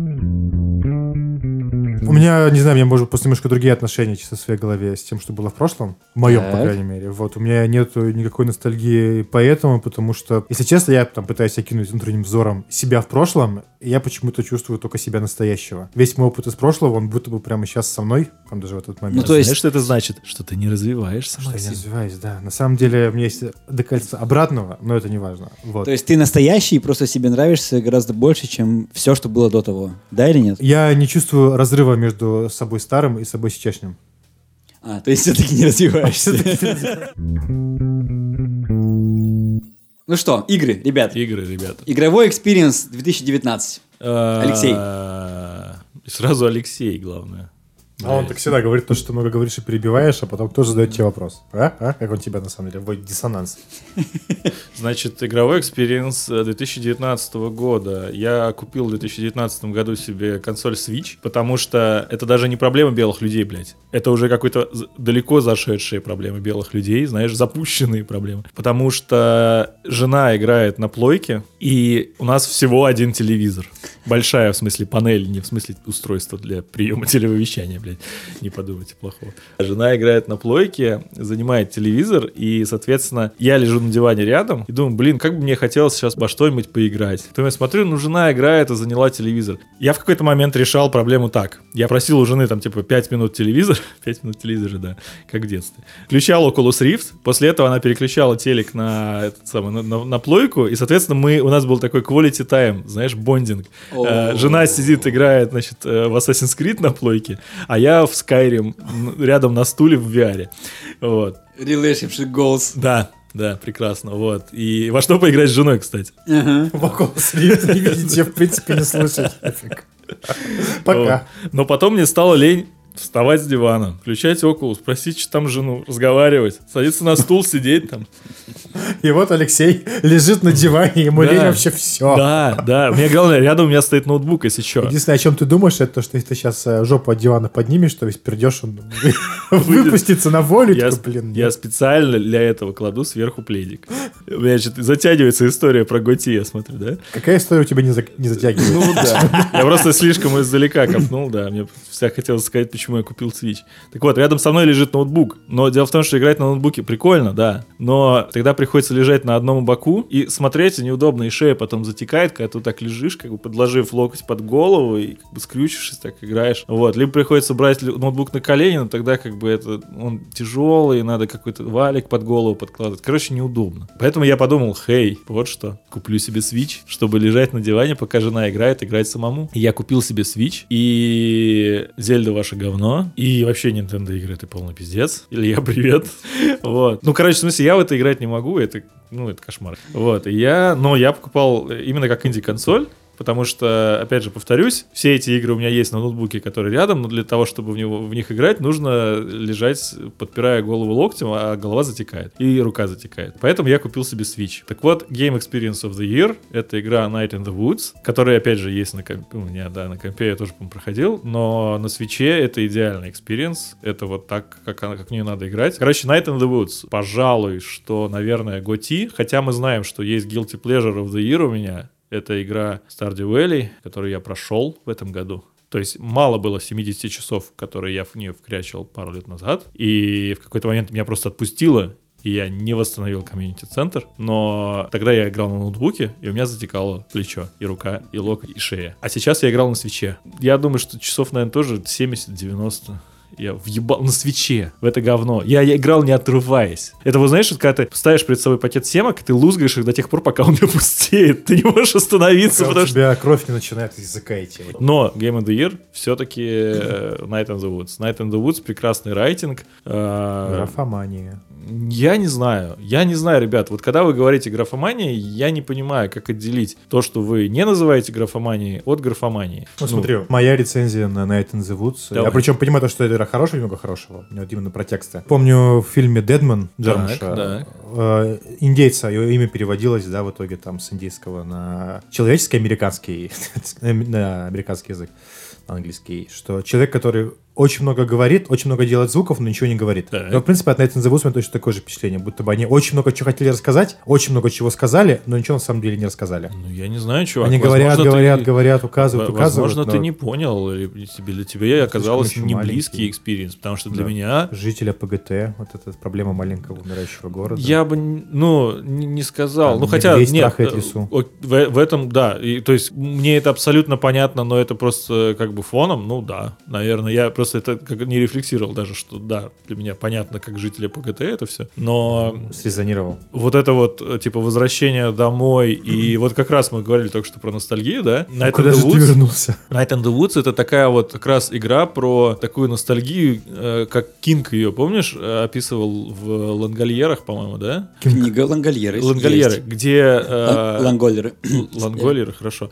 У меня, не знаю, у меня, может, просто немножко другие отношения чисто в своей голове с тем, что было в прошлом. В моем, по крайней мере. Вот, у меня нету никакой ностальгии поэтому, потому что, если честно, я там пытаюсь окинуть внутренним взором себя в прошлом, и я почему-то чувствую только себя настоящего. Весь мой опыт из прошлого, он будто бы прямо сейчас со мной, там даже в этот момент. Ну, то есть, знаешь, что это значит? Что ты не развиваешься, Максим? Что я не развиваюсь, да. На самом деле, у меня есть доказательство обратного, но это не важно. Вот. То есть ты настоящий и просто себе нравишься гораздо больше, чем все, что было до того. Да или нет? Я не чувствую разрыва между собой старым и собой сейчасшним. То есть все-таки не развиваешься. Ну что, игры, ребят. Игровой экспириенс 2019. Алексей. Сразу Алексей, главное. А он так всегда говорит то, что ты много говоришь и перебиваешь, а потом тоже задает тебе вопрос. Как он тебя на самом деле вводит диссонанс? Значит, игровой экспириенс 2019 года. Я купил в 2019 году себе консоль Switch, потому что это даже не проблема белых людей, блядь. Это уже какой-то далеко зашедшие проблемы белых людей, знаешь, запущенные проблемы. Потому что жена играет на плойке, и у нас всего один телевизор. Большая, в смысле, панель, не в смысле устройства для приема телевещания. блядь, не подумайте плохого. Жена играет на плойке, занимает телевизор, и, соответственно, я лежу на диване рядом и думаю, блин, как бы мне хотелось сейчас во что-нибудь поиграть. Потом я смотрю, ну, жена играет и заняла телевизор. Я в какой-то момент решал проблему так. Я просил у жены там, типа, 5 минут телевизор. 5 минут телевизора, да, как в детстве. Включал Oculus Rift, после этого она переключала телек на, на плойку, и, соответственно, у нас был такой quality time, знаешь, бондинг. Жена сидит, играет, значит, в Assassin's Creed на плойке, а я в Skyrim рядом на стуле в VR. Вот. Relationship goals. Да, прекрасно, вот. И во что поиграть с женой, кстати? В Oculus Rift не видите, в принципе, не слушать. Пока. Но потом мне стало лень вставать с дивана, включать Oculus, просить, что там жену, разговаривать, садиться на стул, сидеть там. И вот Алексей лежит на диване, ему лень вообще все. Да. Мне главное, рядом у меня стоит ноутбук, если что. Единственное, о чем ты думаешь, это то, что если ты сейчас жопу от дивана поднимешь, то весь придешь, он выпустится на волю. Я специально для этого кладу сверху пледик. У меня затягивается история про Готи, я смотрю, да? Какая история у тебя не затягивается? Ну да. Я просто слишком издалека копнул, да. Мне вся хотелось сказать, почему я купил Switch. Так вот, рядом со мной лежит ноутбук. Но дело в том, что играть на ноутбуке прикольно, да. Но тогда приходится лежать на одном боку и смотреть неудобно, и шея потом затекает, когда ты так лежишь, как бы подложив локоть под голову и как бы скрючившись, так играешь. Вот. Либо приходится брать ноутбук на колени, но тогда как бы он тяжелый, надо какой-то валик под голову подкладывать. Короче, неудобно. Поэтому я подумал, вот что, куплю себе Switch, чтобы лежать на диване, пока жена играет, играть самому. И я купил себе Switch, и Зельда ваша говно, и вообще Nintendo игры это полный пиздец. Илья, привет. Вот. Ну, короче, в смысле, я в это играть не могу, это кошмар. Вот, но я покупал именно как инди-консоль, потому что, опять же, повторюсь, все эти игры у меня есть на ноутбуке, которые рядом, но для того, чтобы в них играть, нужно лежать, подпирая голову локтем, а голова затекает, и рука затекает. Поэтому я купил себе Switch. Так вот, Game Experience of the Year — это игра Night in the Woods, которая, опять же, есть на компе, у меня, да, на компе я тоже, по-моему, проходил, но на Switch'е это идеальный экспириенс, это вот так, как в нее надо играть. Короче, Night in the Woods, пожалуй, что, наверное, GOTY, хотя мы знаем, что есть Guilty Pleasure of the Year у меня. Это игра Stardew Valley, которую я прошел в этом году. То есть мало было 70 часов, которые я в нее вкрячивал пару лет назад. И в какой-то момент меня просто отпустило, и я не восстановил комьюнити-центр. Но тогда я играл на ноутбуке, и у меня затекало плечо, и рука, и локоть, и шея. А сейчас я играл на свитче. Я думаю, что часов, наверное, тоже 70-90. Я въебал на свитче в это говно. Я играл не отрываясь. Это, вот знаешь, когда ты ставишь перед собой пакет семок, ты лузгаешь их до тех пор, пока он не пустеет. Ты не можешь остановиться, потому что у тебя кровь не начинает из языка идти. Но Game of the Year все-таки Night in the Woods. Night in the Woods — прекрасный райтинг. Графомания. Я не знаю, ребят. Вот когда вы говорите графомания, я не понимаю, как отделить то, что вы не называете графоманией, от графомании. Ну, смотри, моя рецензия на Night in the Woods. Давай. Я причем понимаю то, что это хорошего, много хорошего. Вот именно про тексты. Помню в фильме «Дедман» Джармуша, индейца, его имя переводилось, да, в итоге там с индейского на человеческий американский, на американский язык, английский, что человек, который очень много говорит, очень много делает звуков, но ничего не говорит. Но, в принципе, от Night in the Woods у меня точно такое же впечатление, будто бы они очень много чего хотели рассказать, очень много чего сказали, но ничего на самом деле не рассказали. Ну, я не знаю, чувак. Они говорят, указывают. Возможно, ты не понял, или для тебя оказалось не близкий экспириенс, потому что для меня... Жителя ПГТ, вот эта проблема маленького умирающего города. Я бы, не сказал. Там, ну, хотя, нет, лесу. В этом, да. То есть, мне это абсолютно понятно, но это просто как бы фоном, ну, да, наверное. Я просто это как не рефлексировал даже, что да, для меня понятно, как жители ПГТ это все, но... Срезонировал. Вот это вот, типа, возвращение домой, и вот как раз мы говорили только что про ностальгию, да? Куда же ты вернулся? Night in the Woods — это такая вот как раз игра про такую ностальгию, как Кинг ее, помнишь, описывал в Лангольерах, по-моему, да? Книга Лангольеры. Лангольеры, где... Лангольеры. Лангольеры, хорошо.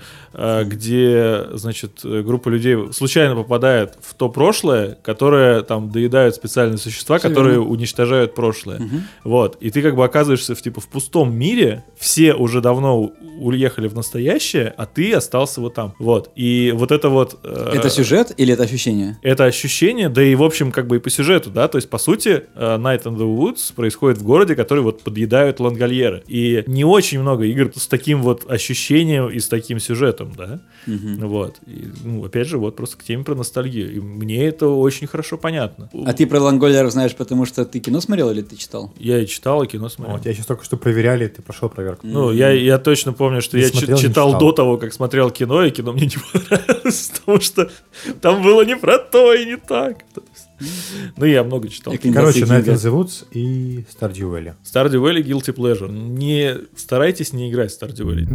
Где, значит, группа людей случайно попадает в то прошлое, которые там доедают специальные существа, которые уничтожают прошлое. Вот. И ты как бы оказываешься в пустом мире, все уже давно уехали в настоящее, а ты остался вот там. Вот. И вот это вот... Это сюжет или это ощущение? Это ощущение, да и в общем как бы и по сюжету, да, то есть по сути Night in the Woods происходит в городе, который вот подъедают лангольеры. И не очень много игр с таким вот ощущением и с таким сюжетом, да. Вот. И, ну, опять же, вот просто к теме про ностальгию. И мне это очень хорошо понятно. А ты про лонголеров знаешь, потому что ты кино смотрел или ты читал? Я и читал, и кино смотрел. Вот, я сейчас только что проверяли, ты прошел проверку. Ну, я точно помню, что я читал до того, как смотрел кино, и кино мне не понравилось, потому что там было не про то и не так. Ну, я много читал. Короче, Night in the Woods и Stardew Valley. Stardew Valley Guilty Pleasure. Не старайтесь не играть в Stardew Valley.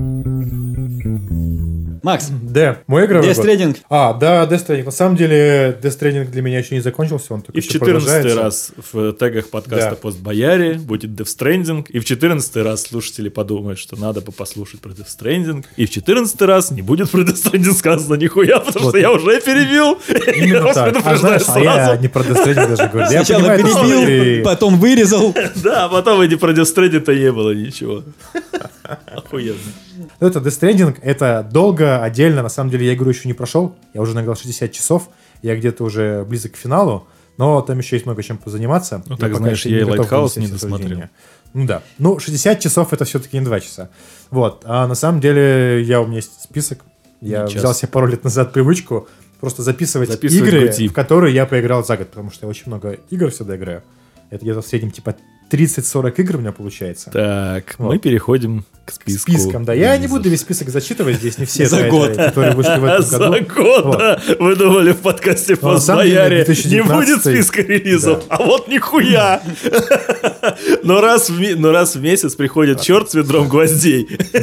Макс. Да, мой игровой Death Stranding. Да, Death Stranding. На самом деле, Death Stranding для меня еще не закончился, он только и в 14-й раз в тегах подкаста «Постбояре» будет Death Stranding, и в 14-й раз слушатели подумают, что надо бы послушать про Death Stranding, и в 14-й раз не будет про Death Stranding сказано нихуя, потому что я уже перебил. Именно так. Я не про Death Stranding даже говорю. Сначала перебил, потом вырезал. Да, а потом и не про Death Stranding-то не было ничего. Охуенно. Это Death Stranding, это долго, отдельно. На самом деле я игру еще не прошел. Я уже наиграл 60 часов. Я где-то уже близок к финалу. Но там еще есть много чем позаниматься. Ну, так знаешь, я и Lighthouse не досмотрел. Ну да. Ну, 60 часов это все-таки не 2 часа. Вот. А на самом деле у меня есть список. Я взял себе пару лет назад привычку просто записывать игры, в которые я поиграл за год. Потому что я очень много игр всегда играю. Это где-то в среднем типа 30-40 игр у меня получается. Так, вот. Мы переходим к списку. Списком, да. Я не буду весь список зачитывать здесь, не все за год, которые вышли в этом году. За год, да. Вы думали в подкасте «Постбояре» не будет списка релизов, а вот нихуя. Но раз в месяц приходит черт с ведром гвоздей.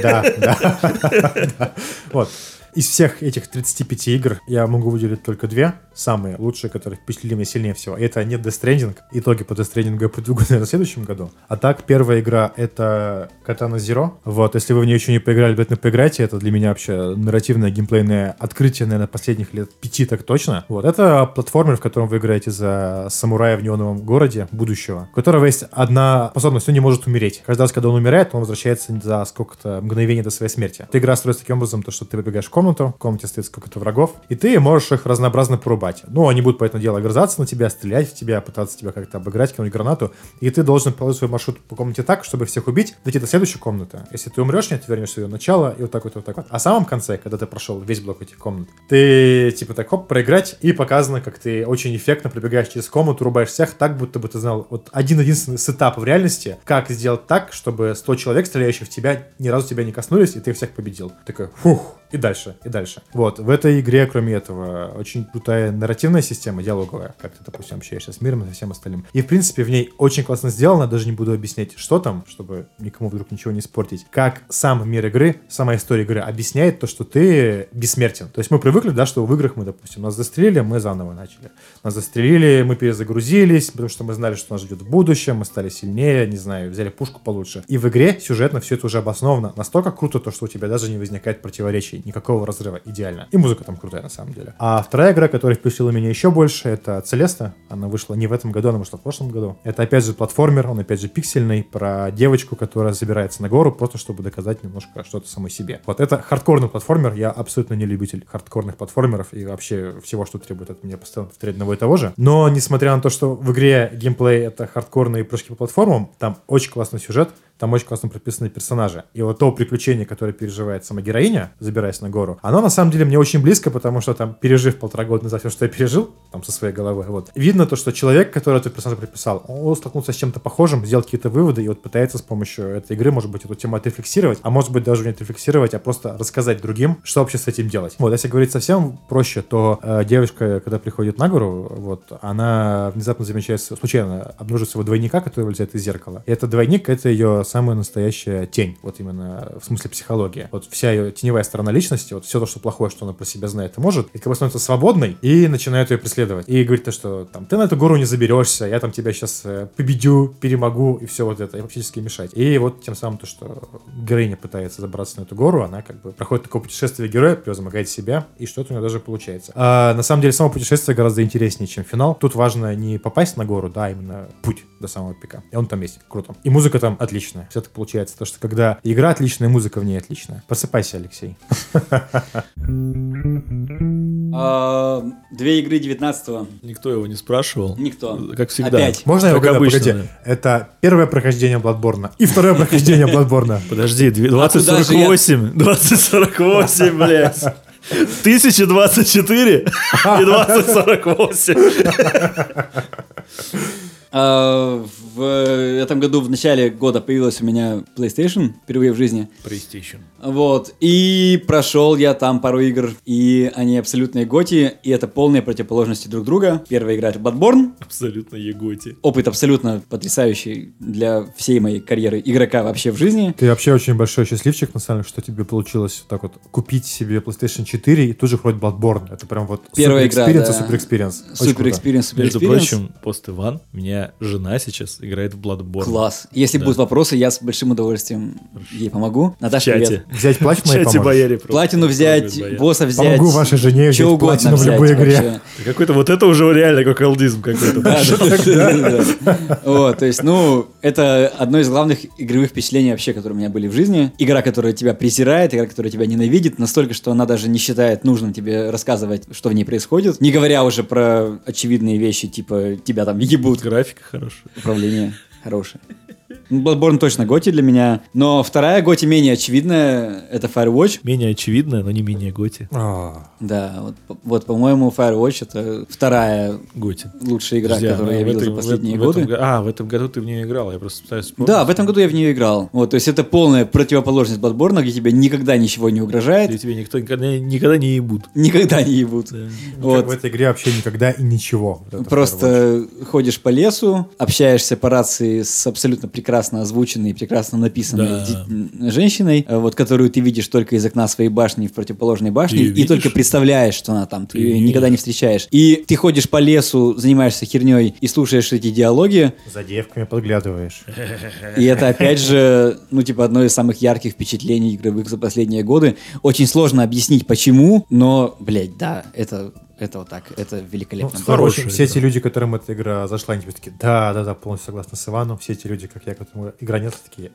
Да. Вот. Из всех этих 35 игр я могу выделить только 2 самые лучшие, которые впечатлили меня сильнее всего. Это не Death Stranding. Итоги по Death Stranding я подвигу, наверное, в следующем году. А так, первая игра — это Katana Zero. Вот, если вы в нее еще не поиграли, обязательно поиграйте. Это для меня вообще нарративное геймплейное открытие, наверное, последних лет 5 так точно. Вот, это платформер, в котором вы играете за самурая в неоновом городе будущего, у которого есть одна способность, он не может умереть. Каждый раз, когда он умирает, он возвращается за сколько-то мгновений до своей смерти. Эта игра строится таким образом, что ты выбегаешь в комнате стоит сколько-то врагов, и ты можешь их разнообразно порубать. Ну, они будут, поэтому дело, огрызаться на тебя, стрелять в тебя, пытаться тебя как-то обыграть, кинуть гранату, и ты должен положить свой маршрут по комнате так, чтобы всех убить, дойти до следующей комнаты. Если ты умрешь, нет, ты вернешься в ее начало, и вот так вот, вот так вот. А в самом конце, когда ты прошел весь блок этих комнат, ты, типа, так, хоп, проиграть, и показано, как ты очень эффектно пробегаешь через комнату, рубаешь всех так, будто бы ты знал вот один-единственный сетап в реальности, как сделать так, чтобы 100 человек, стреляющих в тебя, ни разу тебя не коснулись, и ты всех победил. Такой, фух, и дальше, и дальше. Вот, в этой игре, кроме этого, очень крутая нарративная система, диалоговая, как ты, допустим, общаешься с миром и со всем остальным. И, в принципе, в ней очень классно сделано, даже не буду объяснять, что там, чтобы никому вдруг ничего не испортить. Как сам мир игры, сама история игры объясняет то, что ты бессмертен. То есть мы привыкли, да, что в играх мы, допустим, нас застрелили, мы заново начали. Нас застрелили, мы перезагрузились, потому что мы знали, что нас ждет в будущем, мы стали сильнее, не знаю, взяли пушку получше. И в игре сюжетно все это уже обосновано. Настолько круто то, что у тебя даже не возникает противоречий, никакого разрыва. Идеально. И музыка там крутая, на самом деле. А вторая игра, которая впечатлила меня еще больше, это Celeste. Она вышла не в этом году, она вышла в прошлом году. Это опять же платформер, он опять же пиксельный, про девочку, которая забирается на гору просто чтобы доказать немножко что-то самой себе. Вот это хардкорный платформер. Я абсолютно не любитель хардкорных платформеров и вообще всего, что требует от меня постоянно повторять одного и того же. Но несмотря на то, что в игре геймплей это хардкорные прыжки по платформам, там очень классный сюжет, там очень классно прописаны персонажи. И вот то приключение, которое переживает сама героиня, забираясь на гору, оно на самом деле мне очень близко, потому что там, пережив 1,5 года назад все, что я пережил, там со своей головы, вот, видно то, что человек, который этот персонаж прописал, он столкнулся с чем-то похожим, сделал какие-то выводы и вот пытается с помощью этой игры, может быть, эту тему отрефлексировать, а может быть, даже не отрефлексировать, а просто рассказать другим, что вообще с этим делать. Вот, если говорить совсем проще, то девушка, когда приходит на гору, вот, она внезапно замечает, случайно обнаружит своего двойника, который вылезает из зеркала. И этот двойник — это ее самая настоящая тень, вот именно в смысле психология. Вот вся ее теневая сторона личности, вот все то, что плохое, что она про себя знает и может, и как бы становится свободной и начинает ее преследовать. И говорит то, что там, ты на эту гору не заберешься, я там тебя сейчас победю, перемогу, и все вот это, и фактически мешать. И вот тем самым то, что героиня пытается забраться на эту гору, она как бы проходит такое путешествие героя, превозмогает себя, и что-то у нее даже получается. А на самом деле само путешествие гораздо интереснее, чем финал. Тут важно не попасть на гору, да, а именно путь до самого пика. И он там есть, круто. И музыка там отличная. Все так получается, то, что когда игра отличная, музыка в ней отличная. Просыпайся, Алексей. 2 игры 19-го. Никто его не спрашивал. Никто. Как всегда. Опять. Можно я как обычно. Погоди. Это первое прохождение Bloodborne и второе прохождение Bloodborne. Подожди, 2048. 2048, блядь. 1024 и 2048. В этом году, в начале года, появилась у меня PlayStation впервые в жизни. PlayStation. Вот. И прошел я там пару игр, и они абсолютные готи, и это полные противоположности друг друга. Первая игра — это Bloodborne. Абсолютно еготи. Опыт абсолютно потрясающий для всей моей карьеры игрока вообще в жизни. Ты вообще очень большой счастливчик, на самом деле, что тебе получилось вот так вот купить себе PlayStation 4 и тут же хоть Bloodborne. Это прям вот первая игра, да. Супер экспириенс. Супер экспириенс. Между прочим, пост Иван, у меня жена сейчас играет в Bloodborne. Класс. Если будут вопросы, я с большим удовольствием ей помогу. Наташа, привет. Взять платину и поможешь. Платину взять, босса взять. Помогу вашей жене взять платину в любой игре. Какой-то вот это уже реально как колдизм какой-то. Вот, то есть, ну, это одно из главных игровых впечатлений вообще, которые у меня были в жизни. Игра, которая тебя презирает, игра, которая тебя ненавидит, настолько, что она даже не считает нужным тебе рассказывать, что в ней происходит. Не говоря уже про очевидные вещи, типа тебя там ебут. Графика хорошая. Управление хорошее. Bloodborne точно готи для меня. Но вторая готи менее очевидная — это Firewatch. Менее очевидная, но не менее готи. Да, вот, по-моему, Firewatch — это вторая готи. Лучшая игра, которую я видел за последние годы. В этом году ты в нее играл, я просто пытаюсь вспомнить. Да, в этом году я в нее играл. Вот, то есть это полная противоположность Bloodborne, где тебе никогда ничего не угрожает. Где тебе никогда не ебут. Никогда не ебут. Да. Вот. В этой игре вообще никогда и ничего. Вот просто ходишь по лесу, общаешься по рации с абсолютно прекрасной, озвученной, прекрасно написанной женщиной, вот, которую ты видишь только из окна своей башни в противоположной башне, и только представляешь, что она там, ты ее никогда не встречаешь. И ты ходишь по лесу, занимаешься херней и слушаешь эти диалоги. За девками подглядываешь. И это, опять же, ну, типа, одно из самых ярких впечатлений игровых за последние годы. Очень сложно объяснить, почему, но, блядь, да, это вот так, это великолепно. Хорошая все эти люди, которым эта игра зашла, они такие, да, полностью согласны с Иваном. Все эти люди, как я, которым игра нет, такие,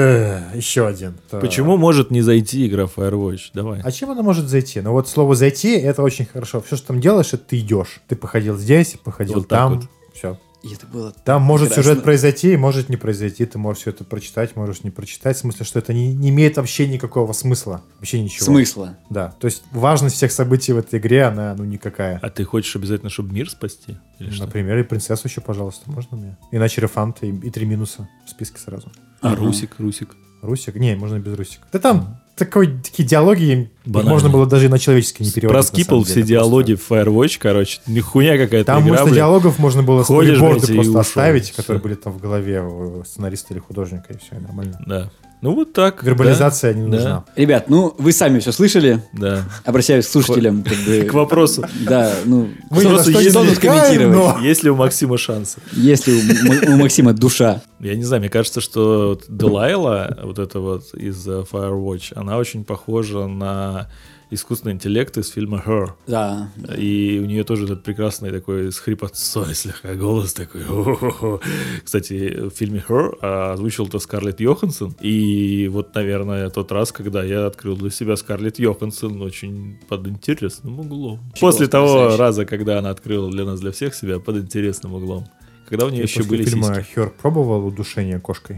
еще один. Почему может не зайти игра Firewatch? Давай. А чем она может зайти? Ну вот слово «зайти» — это очень хорошо. Все, что там делаешь, это ты идешь. Ты походил здесь, походил вот там, вот. Все. И это было там может прекрасно. Сюжет произойти, может не произойти. Ты можешь все это прочитать, можешь не прочитать. В смысле, что это не имеет вообще никакого смысла. Вообще ничего. Смысла. Да. То есть важность всех событий в этой игре, она никакая. А ты хочешь обязательно, чтобы мир спасти? Например, и принцессу еще, пожалуйста, можно мне? Иначе рефант и 3 минуса в списке сразу. Русик? Русик? Не, можно без Русика. Да там такие диалоги, можно было даже на человеческий не переводить. Проскипал все диалоги в Firewatch, короче, нихуя какая-то там игра. Там вместо диалогов можно было сториборды просто оставить, все. которые были там в голове у сценариста или художника, и все, нормально. Да. Ну вот так. Вербализация не нужна. Ребят, ну вы сами все слышали. Да. Обращаюсь к слушателям. К вопросу. Да, ну... Что тут комментировать? Есть ли у Максима шансы? Есть ли у Максима душа? Я не знаю, мне кажется, что Делайла, вот эта вот из Firewatch, она очень похожа на искусственный интеллект из фильма Her. Да. И у нее тоже этот прекрасный такой с хрипотцой слегка голос такой. Кстати, в фильме Her озвучил-то Скарлетт Йоханссон. И вот, наверное, тот раз, когда я открыл для себя Скарлетт Йоханссон очень под интересным углом. После того раза, когда она открыла для нас, для всех себя под интересным углом. Когда у нее еще были сиськи. После фильма Her пробовал удушение кошкой?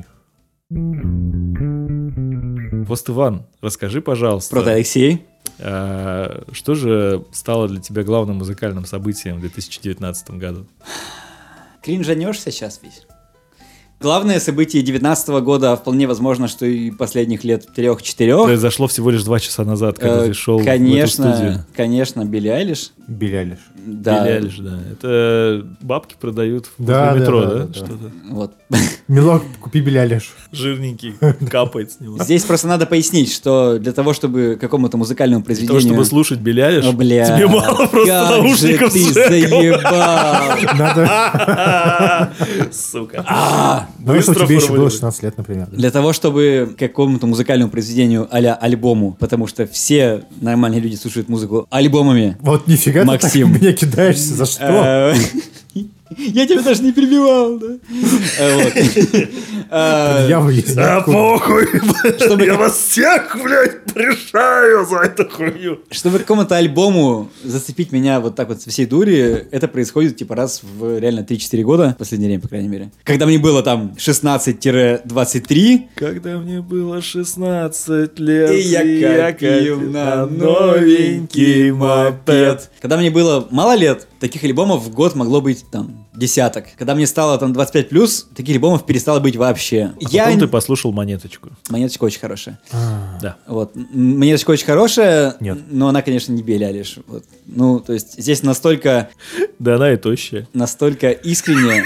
Пост Иван, расскажи, пожалуйста. Правда, Алексей? Что же стало для тебя главным музыкальным событием в 2019 году? Кринжанешься сейчас весь? Главное событие 2019 года, вполне возможно, что и последних лет 3-4. Произошло всего лишь 2 часа назад, когда ты шел в эту студию. Конечно, Билли Айлиш. Билли Айлиш. Да. Билли Айлиш, да. Это бабки продают в метро, да? Что-то. Вот. Милок, купи Билли Айлиш. Жирненький, капает с него. Здесь просто надо пояснить, что для того, чтобы какому-то музыкальному произведению... Для того, чтобы слушать Билли Айлиш, тебе мало просто наушников с джеком. Надо... Сука. Ну, что тебе еще было 16 лет, например. Для того, чтобы к какому-то музыкальному произведению а-ля альбому, потому что все нормальные люди слушают музыку альбомами. Вот нифига Максим. ты так меня кидаешься, за что? Я тебя даже не перебивал, да? Предъявы есть. А похуй, я вас всех, блядь, решаю за эту хуйню. Чтобы к какому-то альбому зацепить меня вот так вот со всей дури, это происходит типа раз в реально 3-4 года, в последнее время, по крайней мере. Когда мне было там 16-23. Когда мне было 16 лет, И я копил на новенький мопед. Когда мне было мало лет, таких альбомов в год могло быть там десяток. Когда мне стало там 25+, таких альбомов перестало быть вообще. Потом ты послушал «Монеточку». «Монеточка» очень хорошая. Да. Вот. «Монеточка» очень хорошая, Нет. но она, конечно, не Билли Айлиш. Вот. Ну, то есть здесь настолько... Да она и тощая. Настолько искренне.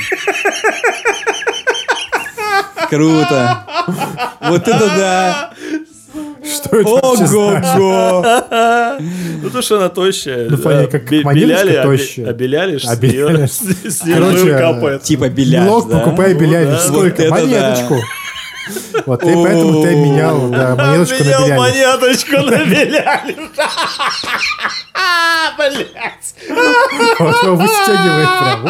Круто. Вот это да. Что это вообще значит? Ого-го. Ну то, что она тощая. Ну, понятно, как монеточка тощая. А Билли Айлиш А Билли Айлиш. с нее жир капает. Типа Билли Айлиш, Блок да? покупай Билли Айлиш. да. Сколько? Вот это Монеточку. Вот, и поэтому ты менял монеточку на Билли Айлиш. монеточку на Билли Айлиш. Блять. Вот его выстегивает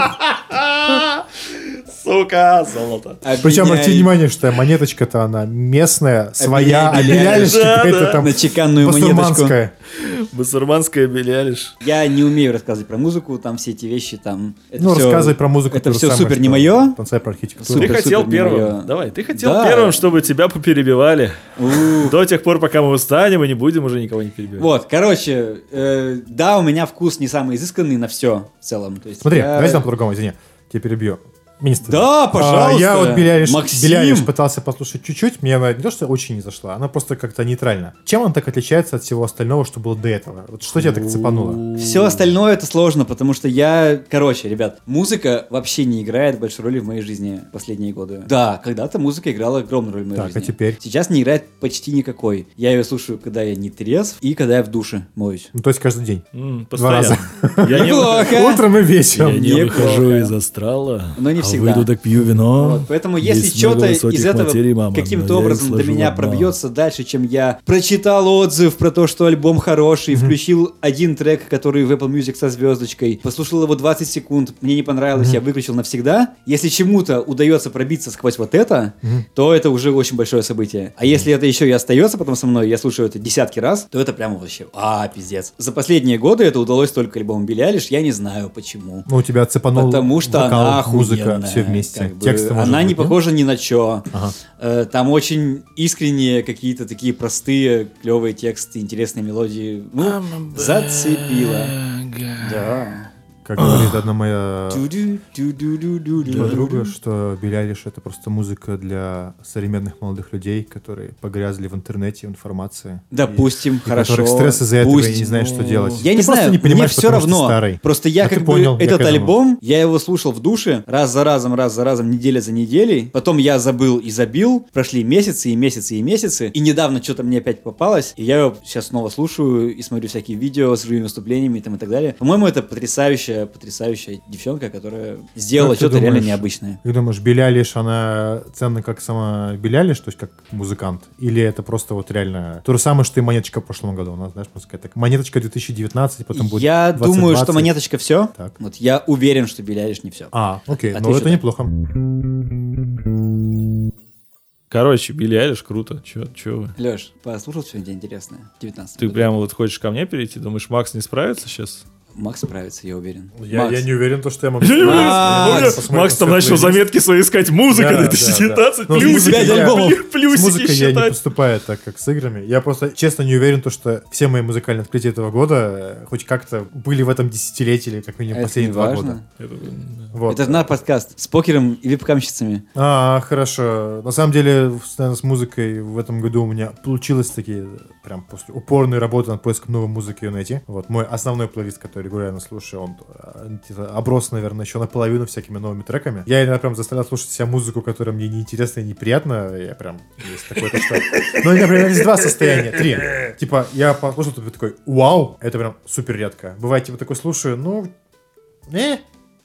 прям. Сука, золото. Причем Обменяй обратите внимание, что монеточка-то она местная, своя, а Билли Айлиш какая-то там на чеканную монеточку. басурманская. Басурманская Билли Айлиш. Я не умею рассказывать про музыку, там все эти вещи, там... это Ну, всё- рассказывай про музыку. это то же всё самое, супер что не моё. Танцай про архитектуру. Ты Супер, хотел супер не первым. моё. Давай, ты хотел Да. первым, чтобы тебя поперебивали. Ух. До тех пор, пока мы устанем и не будем уже никого не перебивать. Вот, короче, да, у меня вкус не самый изысканный на все в целом. То есть Смотри, я- давайте там по-другому, извини, тебя перебью. Министр. Да, пожалуйста. Я вот Билли Айлиш Максим. пытался послушать чуть-чуть, мне она не то, что очень не зашла, она просто как-то нейтральна. Чем она так отличается от всего остального, что было до этого? Вот что тебя так цепануло? Все остальное это сложно, потому что короче, ребят, музыка вообще не играет большой роли в моей жизни последние годы. Да, когда-то музыка играла огромную роль в моей Так, жизни. а теперь? Сейчас не играет почти никакой. Я ее слушаю, когда я не трезв и когда я в душе моюсь. Ну, то есть каждый день. Постоянно. Я не Неплохо. Утром и вечером. Я не Неплохо. выхожу из астрала, Но не всегда. выйду так пью вино. Вот, поэтому если Есть что-то много высоких из этого материй, мама, каким-то но я их образом до сложу меня в одно. пробьется дальше, чем я прочитал отзыв про то, что альбом хороший, включил один трек, который в Apple Music со звездочкой, послушал его 20 секунд, мне не понравилось, я выключил навсегда. Если чему-то удается пробиться сквозь вот это, то это уже очень большое событие. А если это еще и остается потом со мной, я слушаю это десятки раз, то это прямо вообще, пиздец. За последние годы это удалось только альбому Билли Айлиш, я не знаю почему. Ну, у тебя цепанул Потому что вокал, она музыка, охуенная, все вместе. как бы. Тексты, может она не быть, нет? похожа ни на чё. Ага. Там очень искренние какие-то такие простые, клевые тексты, интересные мелодии. Ну, зацепило. Да. Как говорит одна моя Ту-ду-ду-ду-ду-ду. подруга, что Билли Айлиш — это просто музыка для современных молодых людей, которые погрязли в интернете, в информации. Допустим, И хорошо. у которых стресс из-за этого и Пусть. не знают, что делать. Я Ты не просто знаю, не мне понимаешь, все потому что равно. старый. Просто я А ты как понял, бы я к этот этому. альбом, я его слушал в душе раз за разом, неделя за неделей. Потом я забыл и забил. Прошли месяцы и месяцы и месяцы. И недавно что-то мне опять попалось. И я его сейчас снова слушаю и смотрю всякие видео с живыми выступлениями там, и так далее. По-моему, это потрясающая девчонка, которая сделала Как ты что-то реально думаешь? необычное. Ты думаешь, Билли Айлиш, она ценна как сама Билли Айлиш, то есть как музыкант? Или это просто вот реально то же самое, что и Монеточка в прошлом году? У нас, знаешь, можно сказать так. Монеточка 2019, потом будет Я 2020. думаю, что Монеточка все. Так. Вот я уверен, что Билли Айлиш не все. Окей, А ну ты это что-то? неплохо. Короче, Билли Айлиш круто. Чё вы? Леш, послушал что-нибудь интересное? 19 Ты прямо вот хочешь ко мне перейти? Думаешь, Макс не справится сейчас? Макс справится, я уверен. Я Макс. не уверен, что я могу... Макс там начал заметки свои искать. Музыка 2019, Ну, плюсики, пять альбомов. С плюсики музыкой я не считать. поступаю так, как с играми. Я просто честно не уверен, что все мои музыкальные открытия этого года хоть как-то были в этом десятилетии или как минимум Это последние не 2 важно. года. Вот. Это наш подкаст с покером и вебкамщицами. Хорошо. На самом деле, наверное, с музыкой в этом году у меня получилось такие прям после упорной работы над поиском новой музыки ее найти. Вот мой основной плейлист, который регулярно слушаю, он оброс, наверное, еще наполовину всякими новыми треками. Я иногда прям заставлял слушать вся музыку, которая мне неинтересна и неприятна. Я прям есть такое-то что. Но у меня примерно есть 2 состояния, 3. Типа, я послушал, тут такой, вау, это прям супер редко. Бывает, типа, такой слушаю,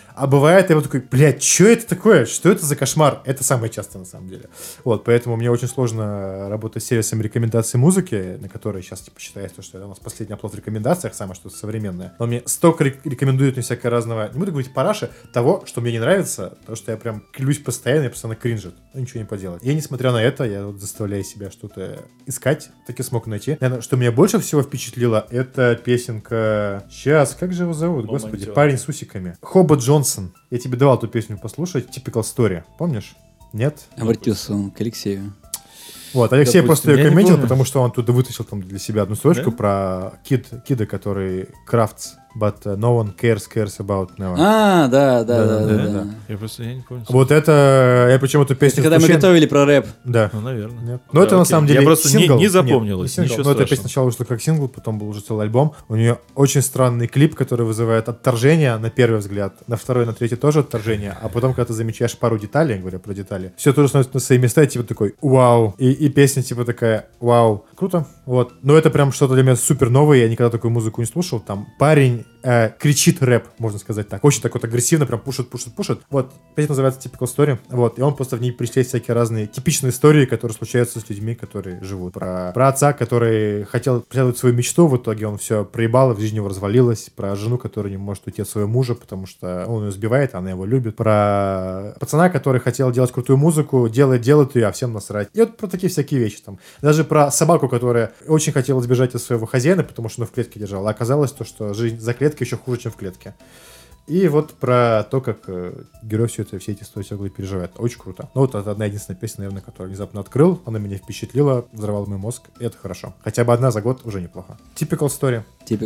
А бывает, я вот такой, блядь, что это такое? Что это за кошмар? Это самое частое, на самом деле. Вот, поэтому мне очень сложно работать с сервисами рекомендаций музыки, на которые сейчас, типа, считается, что это у нас последний оплот в рекомендациях, самое что-то современное. Но мне столько рекомендуют мне всякое разного, не буду говорить параши, того, что мне не нравится, потому что я прям клюсь постоянно, я постоянно кринжит. Ну, ничего не поделать. И несмотря на это, я вот заставляю себя что-то искать, так и смог найти. Наверное, что меня больше всего впечатлило, это песенка... Сейчас, как же его зовут, господи? Парень с усиками. Хоба Джонсон. Я тебе давал эту песню послушать. Typical Story. Помнишь? Нет? Обратился он к Алексею. Вот, Алексей просто ее комментил, потому что он оттуда вытащил там для себя одну строчку про кида, который crafts, but no one cares about never. Да. Я не помню. Вот это, я почему эту песню... Когда мы готовили про рэп. Да. Ну, наверное. Нет. Но это на самом деле я просто сингл. не запомнилось. Нет, но эта песня сначала вышла как сингл, потом был уже целый альбом. У нее очень странный клип, который вызывает отторжение на первый взгляд, на второй, на третий тоже отторжение, а потом, когда ты замечаешь пару деталей, я говорю про детали, все тоже становится на свои места, и типа такой вау. И песня типа такая вау. Круто. Вот. Но это прям что-то для меня супер новое, я никогда такую музыку не слушал. Там парень кричит рэп, можно сказать так. Очень так вот агрессивно, прям пушит. Вот. Песня называется Typical Story. Вот. И он просто в ней перечисляет всякие разные типичные истории, которые случаются с людьми, которые живут. Про отца, который хотел преследовать свою мечту, в итоге он все проебал, в жизни его развалилась. Про жену, которая не может уйти от своего мужа, потому что он ее сбивает, она его любит. Про пацана, который хотел делать крутую музыку, делает ее, а всем насрать. И вот про такие всякие вещи там. Даже про собаку, которая очень хотела сбежать от своего хозяина, потому что она в клетке держала. А оказалось то, что жизнь за клеткой еще хуже, чем в клетке. И вот про то, как герой все эти истории переживает. Очень круто. Ну вот это одна единственная песня, наверное, которую внезапно открыл. Она меня впечатлила, взорвала мой мозг. И это хорошо. Хотя бы одна за год уже неплохо. Typical Story.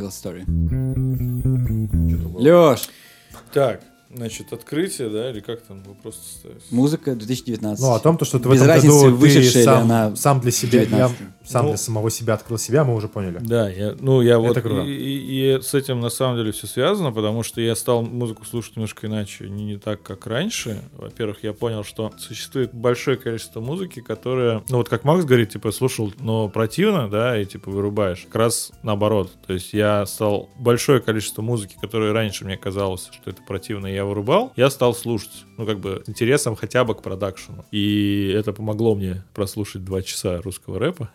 Лёш! Так, значит, открытие, да, или как там вопрос ставится? Музыка 2019. Ну, о том, что ты без в этом разницы, году вышедшая ты ли она сам для себя, сам Ну, для самого себя открыл себя, мы уже поняли. Да, я вот круто. и с этим на самом деле все связано, потому что я стал музыку слушать немножко иначе, не так, как раньше. Во-первых, я понял, что существует большое количество музыки, которая, ну вот как Макс говорит, типа слушал, но противно, да, и типа вырубаешь. Как раз наоборот. То есть я стал большое количество музыки, которое раньше мне казалось, что это противно, и я вырубал, я стал слушать, ну как бы с интересом хотя бы к продакшену. И это помогло мне прослушать 2 часа русского рэпа.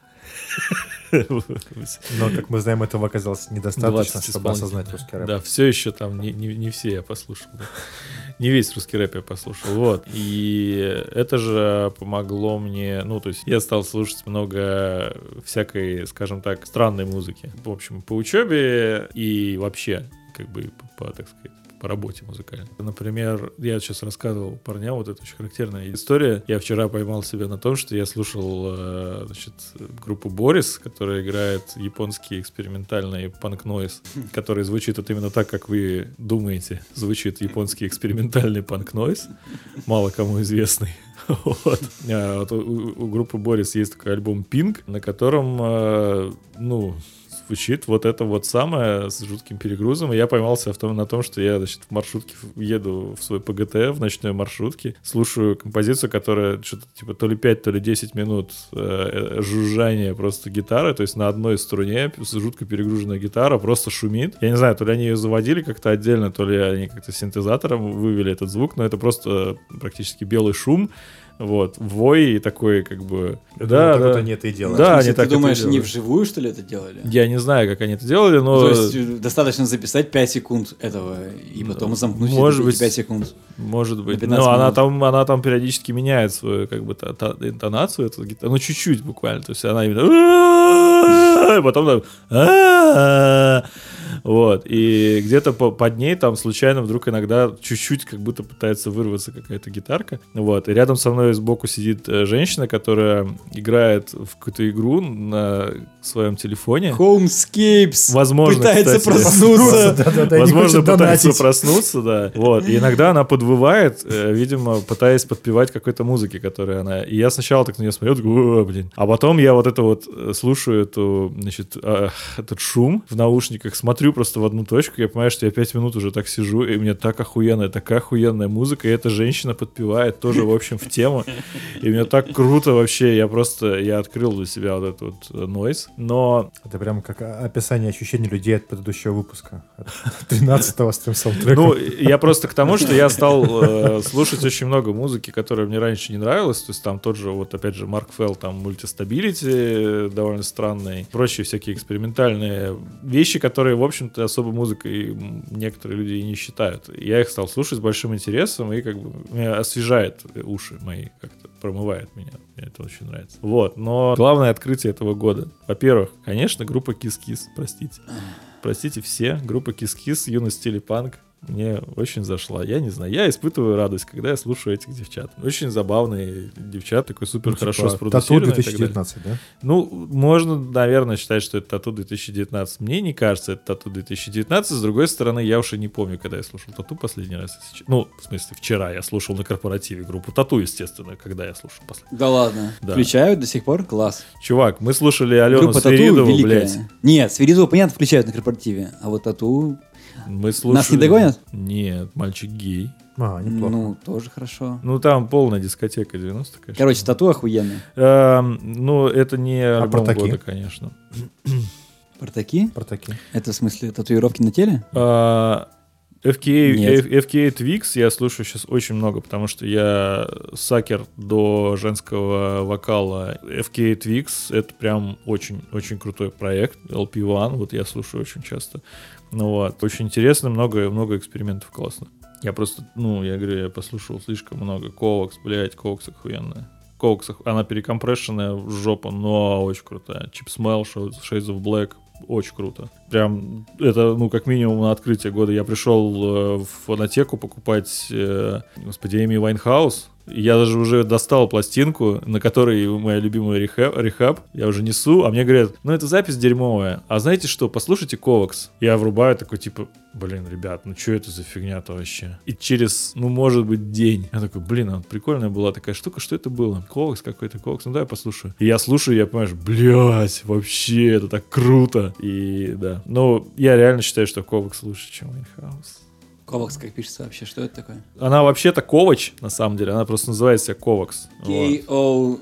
Но, как мы знаем, этого оказалось недостаточно, чтобы осознать русский рэп. Да, все еще там не все я послушал. Да. Не весь русский рэп я послушал. Вот. И это же помогло мне... Ну, то есть я стал слушать много всякой, скажем так, странной музыки. В общем, по учебе и вообще, как бы, так сказать, по работе музыкальной. Например, я сейчас рассказывал парням, вот это очень характерная история. Я вчера поймал себя на том, что я слушал, значит, группу Борис, которая играет японский экспериментальный панк-нойз, который звучит вот именно так, как вы думаете, звучит японский экспериментальный панк-нойз, мало кому известный. Вот. У группы Борис есть такой альбом Pink, на котором, звучит вот это вот самое с жутким перегрузом. И я поймался на том, что я, значит, в маршрутке еду в свой ПГТ, в ночной маршрутке, слушаю композицию, которая что-то типа то ли 5, то ли 10 минут жужжания просто гитары, то есть на одной струне жутко перегруженная гитара просто шумит. Я не знаю, то ли они ее заводили как-то отдельно, то ли они как-то синтезатором вывели этот звук, но это просто практически белый шум. Вот, вой и такой, как бы... Да, так вот они это и делали. Да, они так. Ты думаешь, они вживую, что ли, это делали? Я не знаю, как они это делали, но... То есть достаточно записать 5 секунд этого, и потом замкнуть эти 5 секунд. Может быть. Но она там периодически меняет свою, как бы, интонацию, эту гитару, ну, чуть-чуть буквально. То есть она именно... Потом там... Вот, и где-то под ней там случайно вдруг иногда чуть-чуть как будто пытается вырваться какая-то гитарка. Вот, и рядом со мной сбоку сидит женщина, которая играет в какую-то игру на своем телефоне. Homescapes. Возможно, пытается кстати, проснуться. Возможно, пытается проснуться, да. Вот, и иногда она подвывает, видимо, пытаясь подпевать какой-то музыке, которая она... И я сначала так на нее смотрел, такой, блин. А потом я вот это вот слушаю этот шум в наушниках, смотрю смотрю просто в одну точку, я понимаю, что я 5 минут уже так сижу, и у меня такая охуенная музыка, и эта женщина подпевает тоже, в общем, в тему. И мне так круто вообще, я открыл для себя вот этот вот нойз, но... Это прям как описание ощущений людей от предыдущего выпуска, от 13-го с тем саундтреком. Ну, я просто к тому, что я стал слушать очень много музыки, которая мне раньше не нравилась, то есть там тот же, вот опять же, Марк Фелл, там, мультистабилити довольно странный, прочие всякие экспериментальные вещи, которые, в общем-то, особо музыкой некоторые люди и не считают. Я их стал слушать с большим интересом, и как бы меня освежает уши мои, как-то промывает меня. Мне это очень нравится. Вот, но главное открытие этого года. Во-первых, конечно, группа Kiss Kiss, простите. Простите все, группа Kiss Kiss, юность в стиле панк. Мне очень зашла. Я не знаю, я испытываю радость, когда я слушаю этих девчат. Очень забавные девчат, такой супер хорошо спродюсированный. Тату 2019, да? Ну, можно, наверное, считать, что это Тату 2019. Мне не кажется, это Тату 2019. С другой стороны, я уж и не помню, когда я слушал Тату последний раз. Ну, в смысле, вчера я слушал на корпоративе группу Тату, естественно, когда я слушал последний. Да ладно? Да. Включают до сих пор? Класс. Чувак, мы слушали Алену Свиридову, блядь. Нет, Свиридову, понятно, включают на корпоративе, а вот Тату... Мы слушали... Нас не догонят? Нет, мальчик гей. Неплохо. Ну, тоже хорошо. Ну, там полная дискотека 90-х, конечно. Короче, Тату охуенный. Ну, это не альбом года, конечно. Портаки? Портаки. Это в смысле татуировки на теле? FKA Twigs я слушаю сейчас очень много, потому что я сакер до женского вокала. FKA Twigs — это прям очень-очень крутой проект. LP1, вот я слушаю очень часто. Ну вот, очень интересно, много экспериментов классных. Я просто, я говорю, я послушал слишком много. Ковакс, блядь, Ковакс охуенная. Ковакс, она перекомпрессионная в жопу, но очень крутая. Chip Smell, Shades of Black, очень круто. Прям, это, как минимум на открытие года. Я пришел в фонотеку покупать, Эми Вайнхаус. Я даже уже достал пластинку, на которой моя любимая Рехаб. Я уже несу, а мне говорят, это запись дерьмовая. А знаете что, послушайте Ковакс. Я врубаю такой, типа, блин, ребят, что это за фигня-то вообще? И через, может быть, день. Я такой, блин, прикольная была такая штука, что это было? Ковакс какой-то, Ковакс, дай я послушаю. И я слушаю, я понимаю, блядь, вообще, это так круто. И да, я реально считаю, что Ковакс лучше, чем Вайнхаус. Ковакс, как пишется вообще? Что это такое? Она вообще-то Ковач, на самом деле. Она просто называется Ковакс. K-O-V-A-K-S.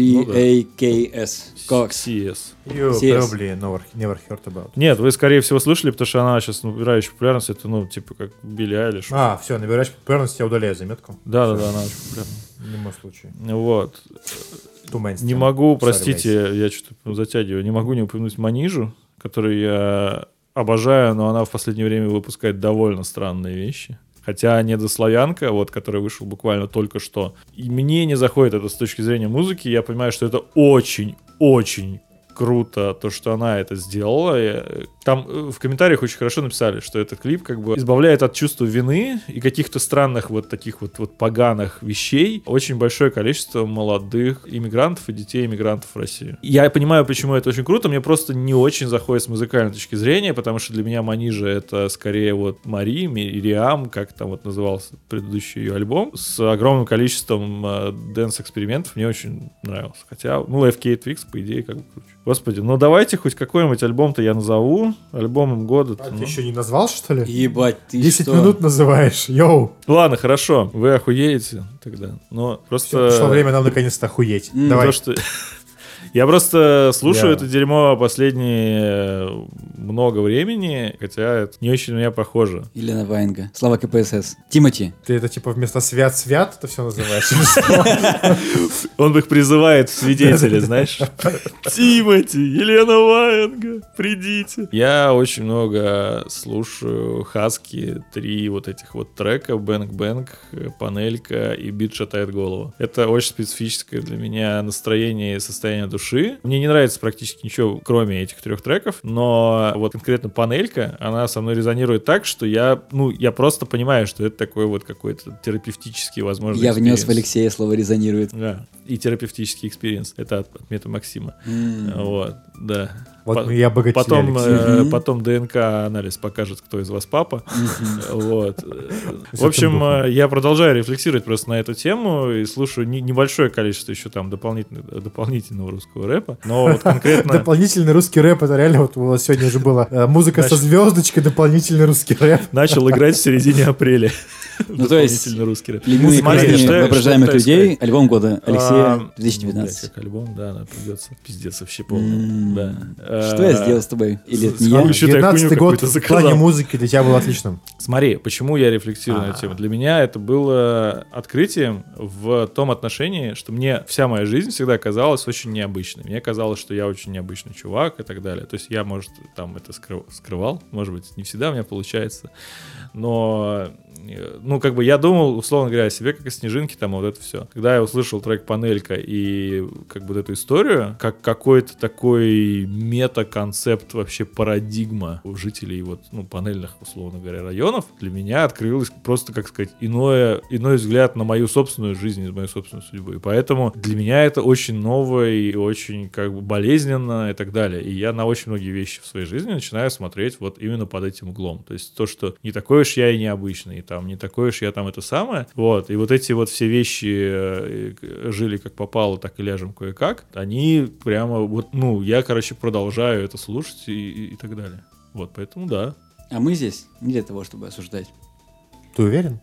Ковакс. CS. You probably never heard about. Нет, вы, скорее всего, слышали, потому что она сейчас набирающая популярность. Это, типа, как Билли Айлиш. Все, набирающая популярность, я удаляю заметку. Да, она очень популярна. Не мой случай. Вот. Не могу, простите, я что-то затягиваю, не могу не упомянуть Манижу, которую я обожаю, но она в последнее время выпускает довольно странные вещи. Хотя недославянка, которая вышел буквально только что. И мне не заходит это с точки зрения музыки. Я понимаю, что это очень-очень круто, то, что она это сделала. Там в комментариях очень хорошо написали, что этот клип как бы избавляет от чувства вины и каких-то странных таких поганых вещей очень большое количество молодых иммигрантов и детей иммигрантов в России. Я понимаю, почему это очень круто, мне просто не очень заходит с музыкальной точки зрения, потому что для меня Манижа — это скорее Мириам, как там назывался предыдущий ее альбом, с огромным количеством дэнс-экспериментов. Мне очень нравился. Хотя, FKA Twigs, по идее, как бы круче. Господи, давайте хоть какой-нибудь альбом-то я назову. Альбомом года. Ты еще не назвал, что ли? Ебать, ты 10 минут называешь, йоу. Ладно, хорошо, вы охуеете тогда. Но просто... Пришло время нам наконец-то охуеть. Давай. Я просто слушаю это дерьмо последние много времени, хотя это не очень на меня похоже. Елена Ваенга. Слава КПСС. Тимати. Ты это типа вместо свят-свят это все называешь? Он их призывает в свидетели, знаешь. Тимати, Елена Ваенга, придите. Я очень много слушаю Хаски, 3 этих трека: Бэнг-бэнг, Панелька и Бит шатает голову. Это очень специфическое для меня настроение и состояние души. Мне не нравится практически ничего, кроме этих 3 треков, но конкретно Панелька, она со мной резонирует так, что я просто понимаю, что это такой какой-то терапевтический, возможно, я внес в Алексея слово «резонирует». Да, и терапевтический экспириенс. Это от Мета Максима. Да. Мы обогатили потом ДНК-анализ покажет, кто из вас папа. В общем, я продолжаю рефлексировать просто на эту тему и слушаю небольшое количество еще там дополнительного русского рэпа. Но вот конкретно... Дополнительный русский рэп, это реально, вот сегодня уже было музыка со звездочкой, дополнительный русский рэп. Начал играть в середине апреля. Ну, то есть, русский рэп. любимые песни воображаемых людей, альбом года Алексея 2019. Как альбом, да, придется. Пиздец вообще полный. Что я сделал с тобой? Или это не я? 19-й год в плане музыки для тебя был отличным. Смотри, почему я рефлексирую на эту тему. Для меня это было открытием в том отношении, что мне вся моя жизнь всегда казалась очень необычной. Мне казалось, что я очень необычный чувак и так далее. То есть я, может, там это скрывал, может быть, не всегда у меня получается, но... Ну, как бы я думал, условно говоря, о себе как о снежинке, там вот это все. Когда я услышал трек «Панелька» и как бы вот эту историю, как какой-то такой мета-концепт, вообще парадигма у жителей вот, ну, панельных, условно говоря, районов, для меня открылось просто, как сказать, иной взгляд на мою собственную жизнь, на мою собственную судьбу. И поэтому для меня это очень новое и очень как бы болезненно и так далее. И я на очень многие вещи в своей жизни начинаю смотреть вот именно под этим углом. То есть то, что не такой уж я и необычный, там, не такой уж я там это самое. Вот. И вот эти вот все вещи жили как попало, так и ляжем кое-как. Они прямо вот, ну, я, короче, продолжаю это слушать и так далее. Вот, поэтому да. А мы здесь не для того, чтобы осуждать. Ты уверен?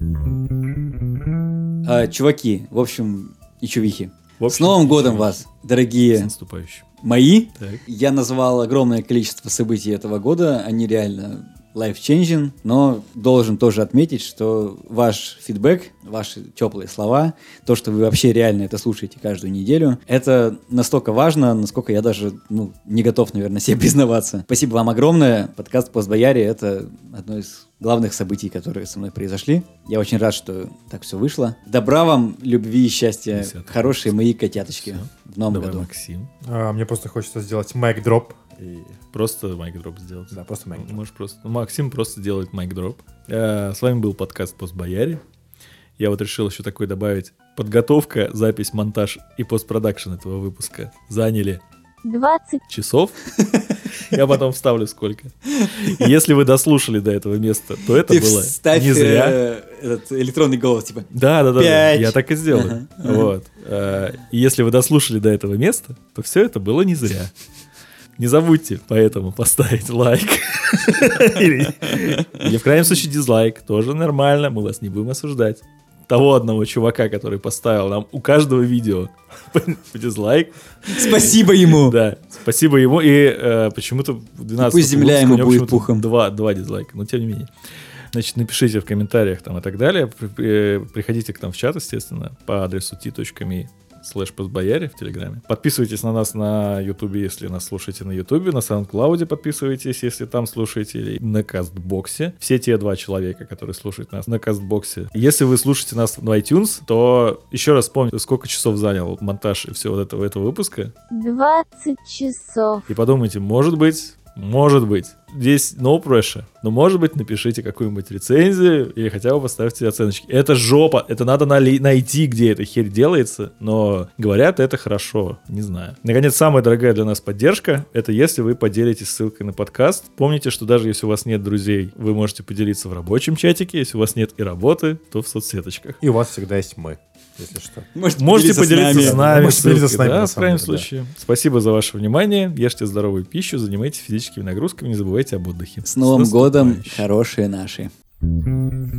Чуваки, в общем, и чувихи. С Новым годом вас, дорогие с наступающим. Мои. Так. Я назвал огромное количество событий этого года. Они реально life-changing, но должен тоже отметить, что ваш фидбэк, ваши теплые слова, то, что вы вообще реально это слушаете каждую неделю, это настолько важно, насколько я даже не готов, наверное, себе признаваться. Спасибо вам огромное. Подкаст «Постбояре» — это одно из главных событий, которые со мной произошли. Я очень рад, что так все вышло. Добра вам, любви и счастья, хорошие мои котяточки в новом году. Максим. Мне просто хочется сделать майк-дроп. Просто майк-дроп сделать. Да, просто майк-дроп. Можешь просто... Максим просто делает майк-дроп. С вами был подкаст «Постбояре». Я вот решил еще такой добавить. Подготовка, запись, монтаж и постпродакшн этого выпуска заняли 20 часов. Я потом вставлю сколько. И если вы дослушали до этого места, то это Ты было вставь не зря. Этот электронный голос, типа. Да. 5. Я так и сделаю. Вот. И если вы дослушали до этого места, то все это было не зря. Не забудьте поэтому поставить лайк. Или в крайнем случае дизлайк. Тоже нормально, мы вас не будем осуждать. Того одного чувака, который поставил нам у каждого видео дизлайк. Спасибо ему. Да, спасибо ему. И почему-то в 12 пусть земля ему будет пухом. Два дизлайка, но тем не менее. Значит, напишите в комментариях там и так далее. Приходите к нам в чат, естественно, по адресу t.me/постбояре в Телеграме. Подписывайтесь на нас на Ютубе, если нас слушаете на Ютубе, на SoundCloud подписывайтесь, если там слушаете, или на Кастбоксе. Все те 2 человека, которые слушают нас на Кастбоксе. Если вы слушаете нас в iTunes, то еще раз вспомните, сколько часов занял монтаж и все вот этого выпуска. 20 часов. И подумайте, может быть, здесь no pressure, но может быть напишите какую-нибудь рецензию или хотя бы поставьте оценочки. Это жопа, это надо найти, где эта херь делается, но говорят, это хорошо, не знаю. Наконец, самая дорогая для нас поддержка — это если вы поделитесь ссылкой на подкаст. Помните, что даже если у вас нет друзей, вы можете поделиться в рабочем чатике, если у вас нет и работы, то в соцсеточках. И у вас всегда есть мы. Если что. Можете поделиться с нами. Можете поделиться с нами, да, в крайнем случае. Спасибо за ваше внимание. Ешьте здоровую пищу, занимайтесь физическими нагрузками, не забывайте об отдыхе. С Новым годом, хорошие наши.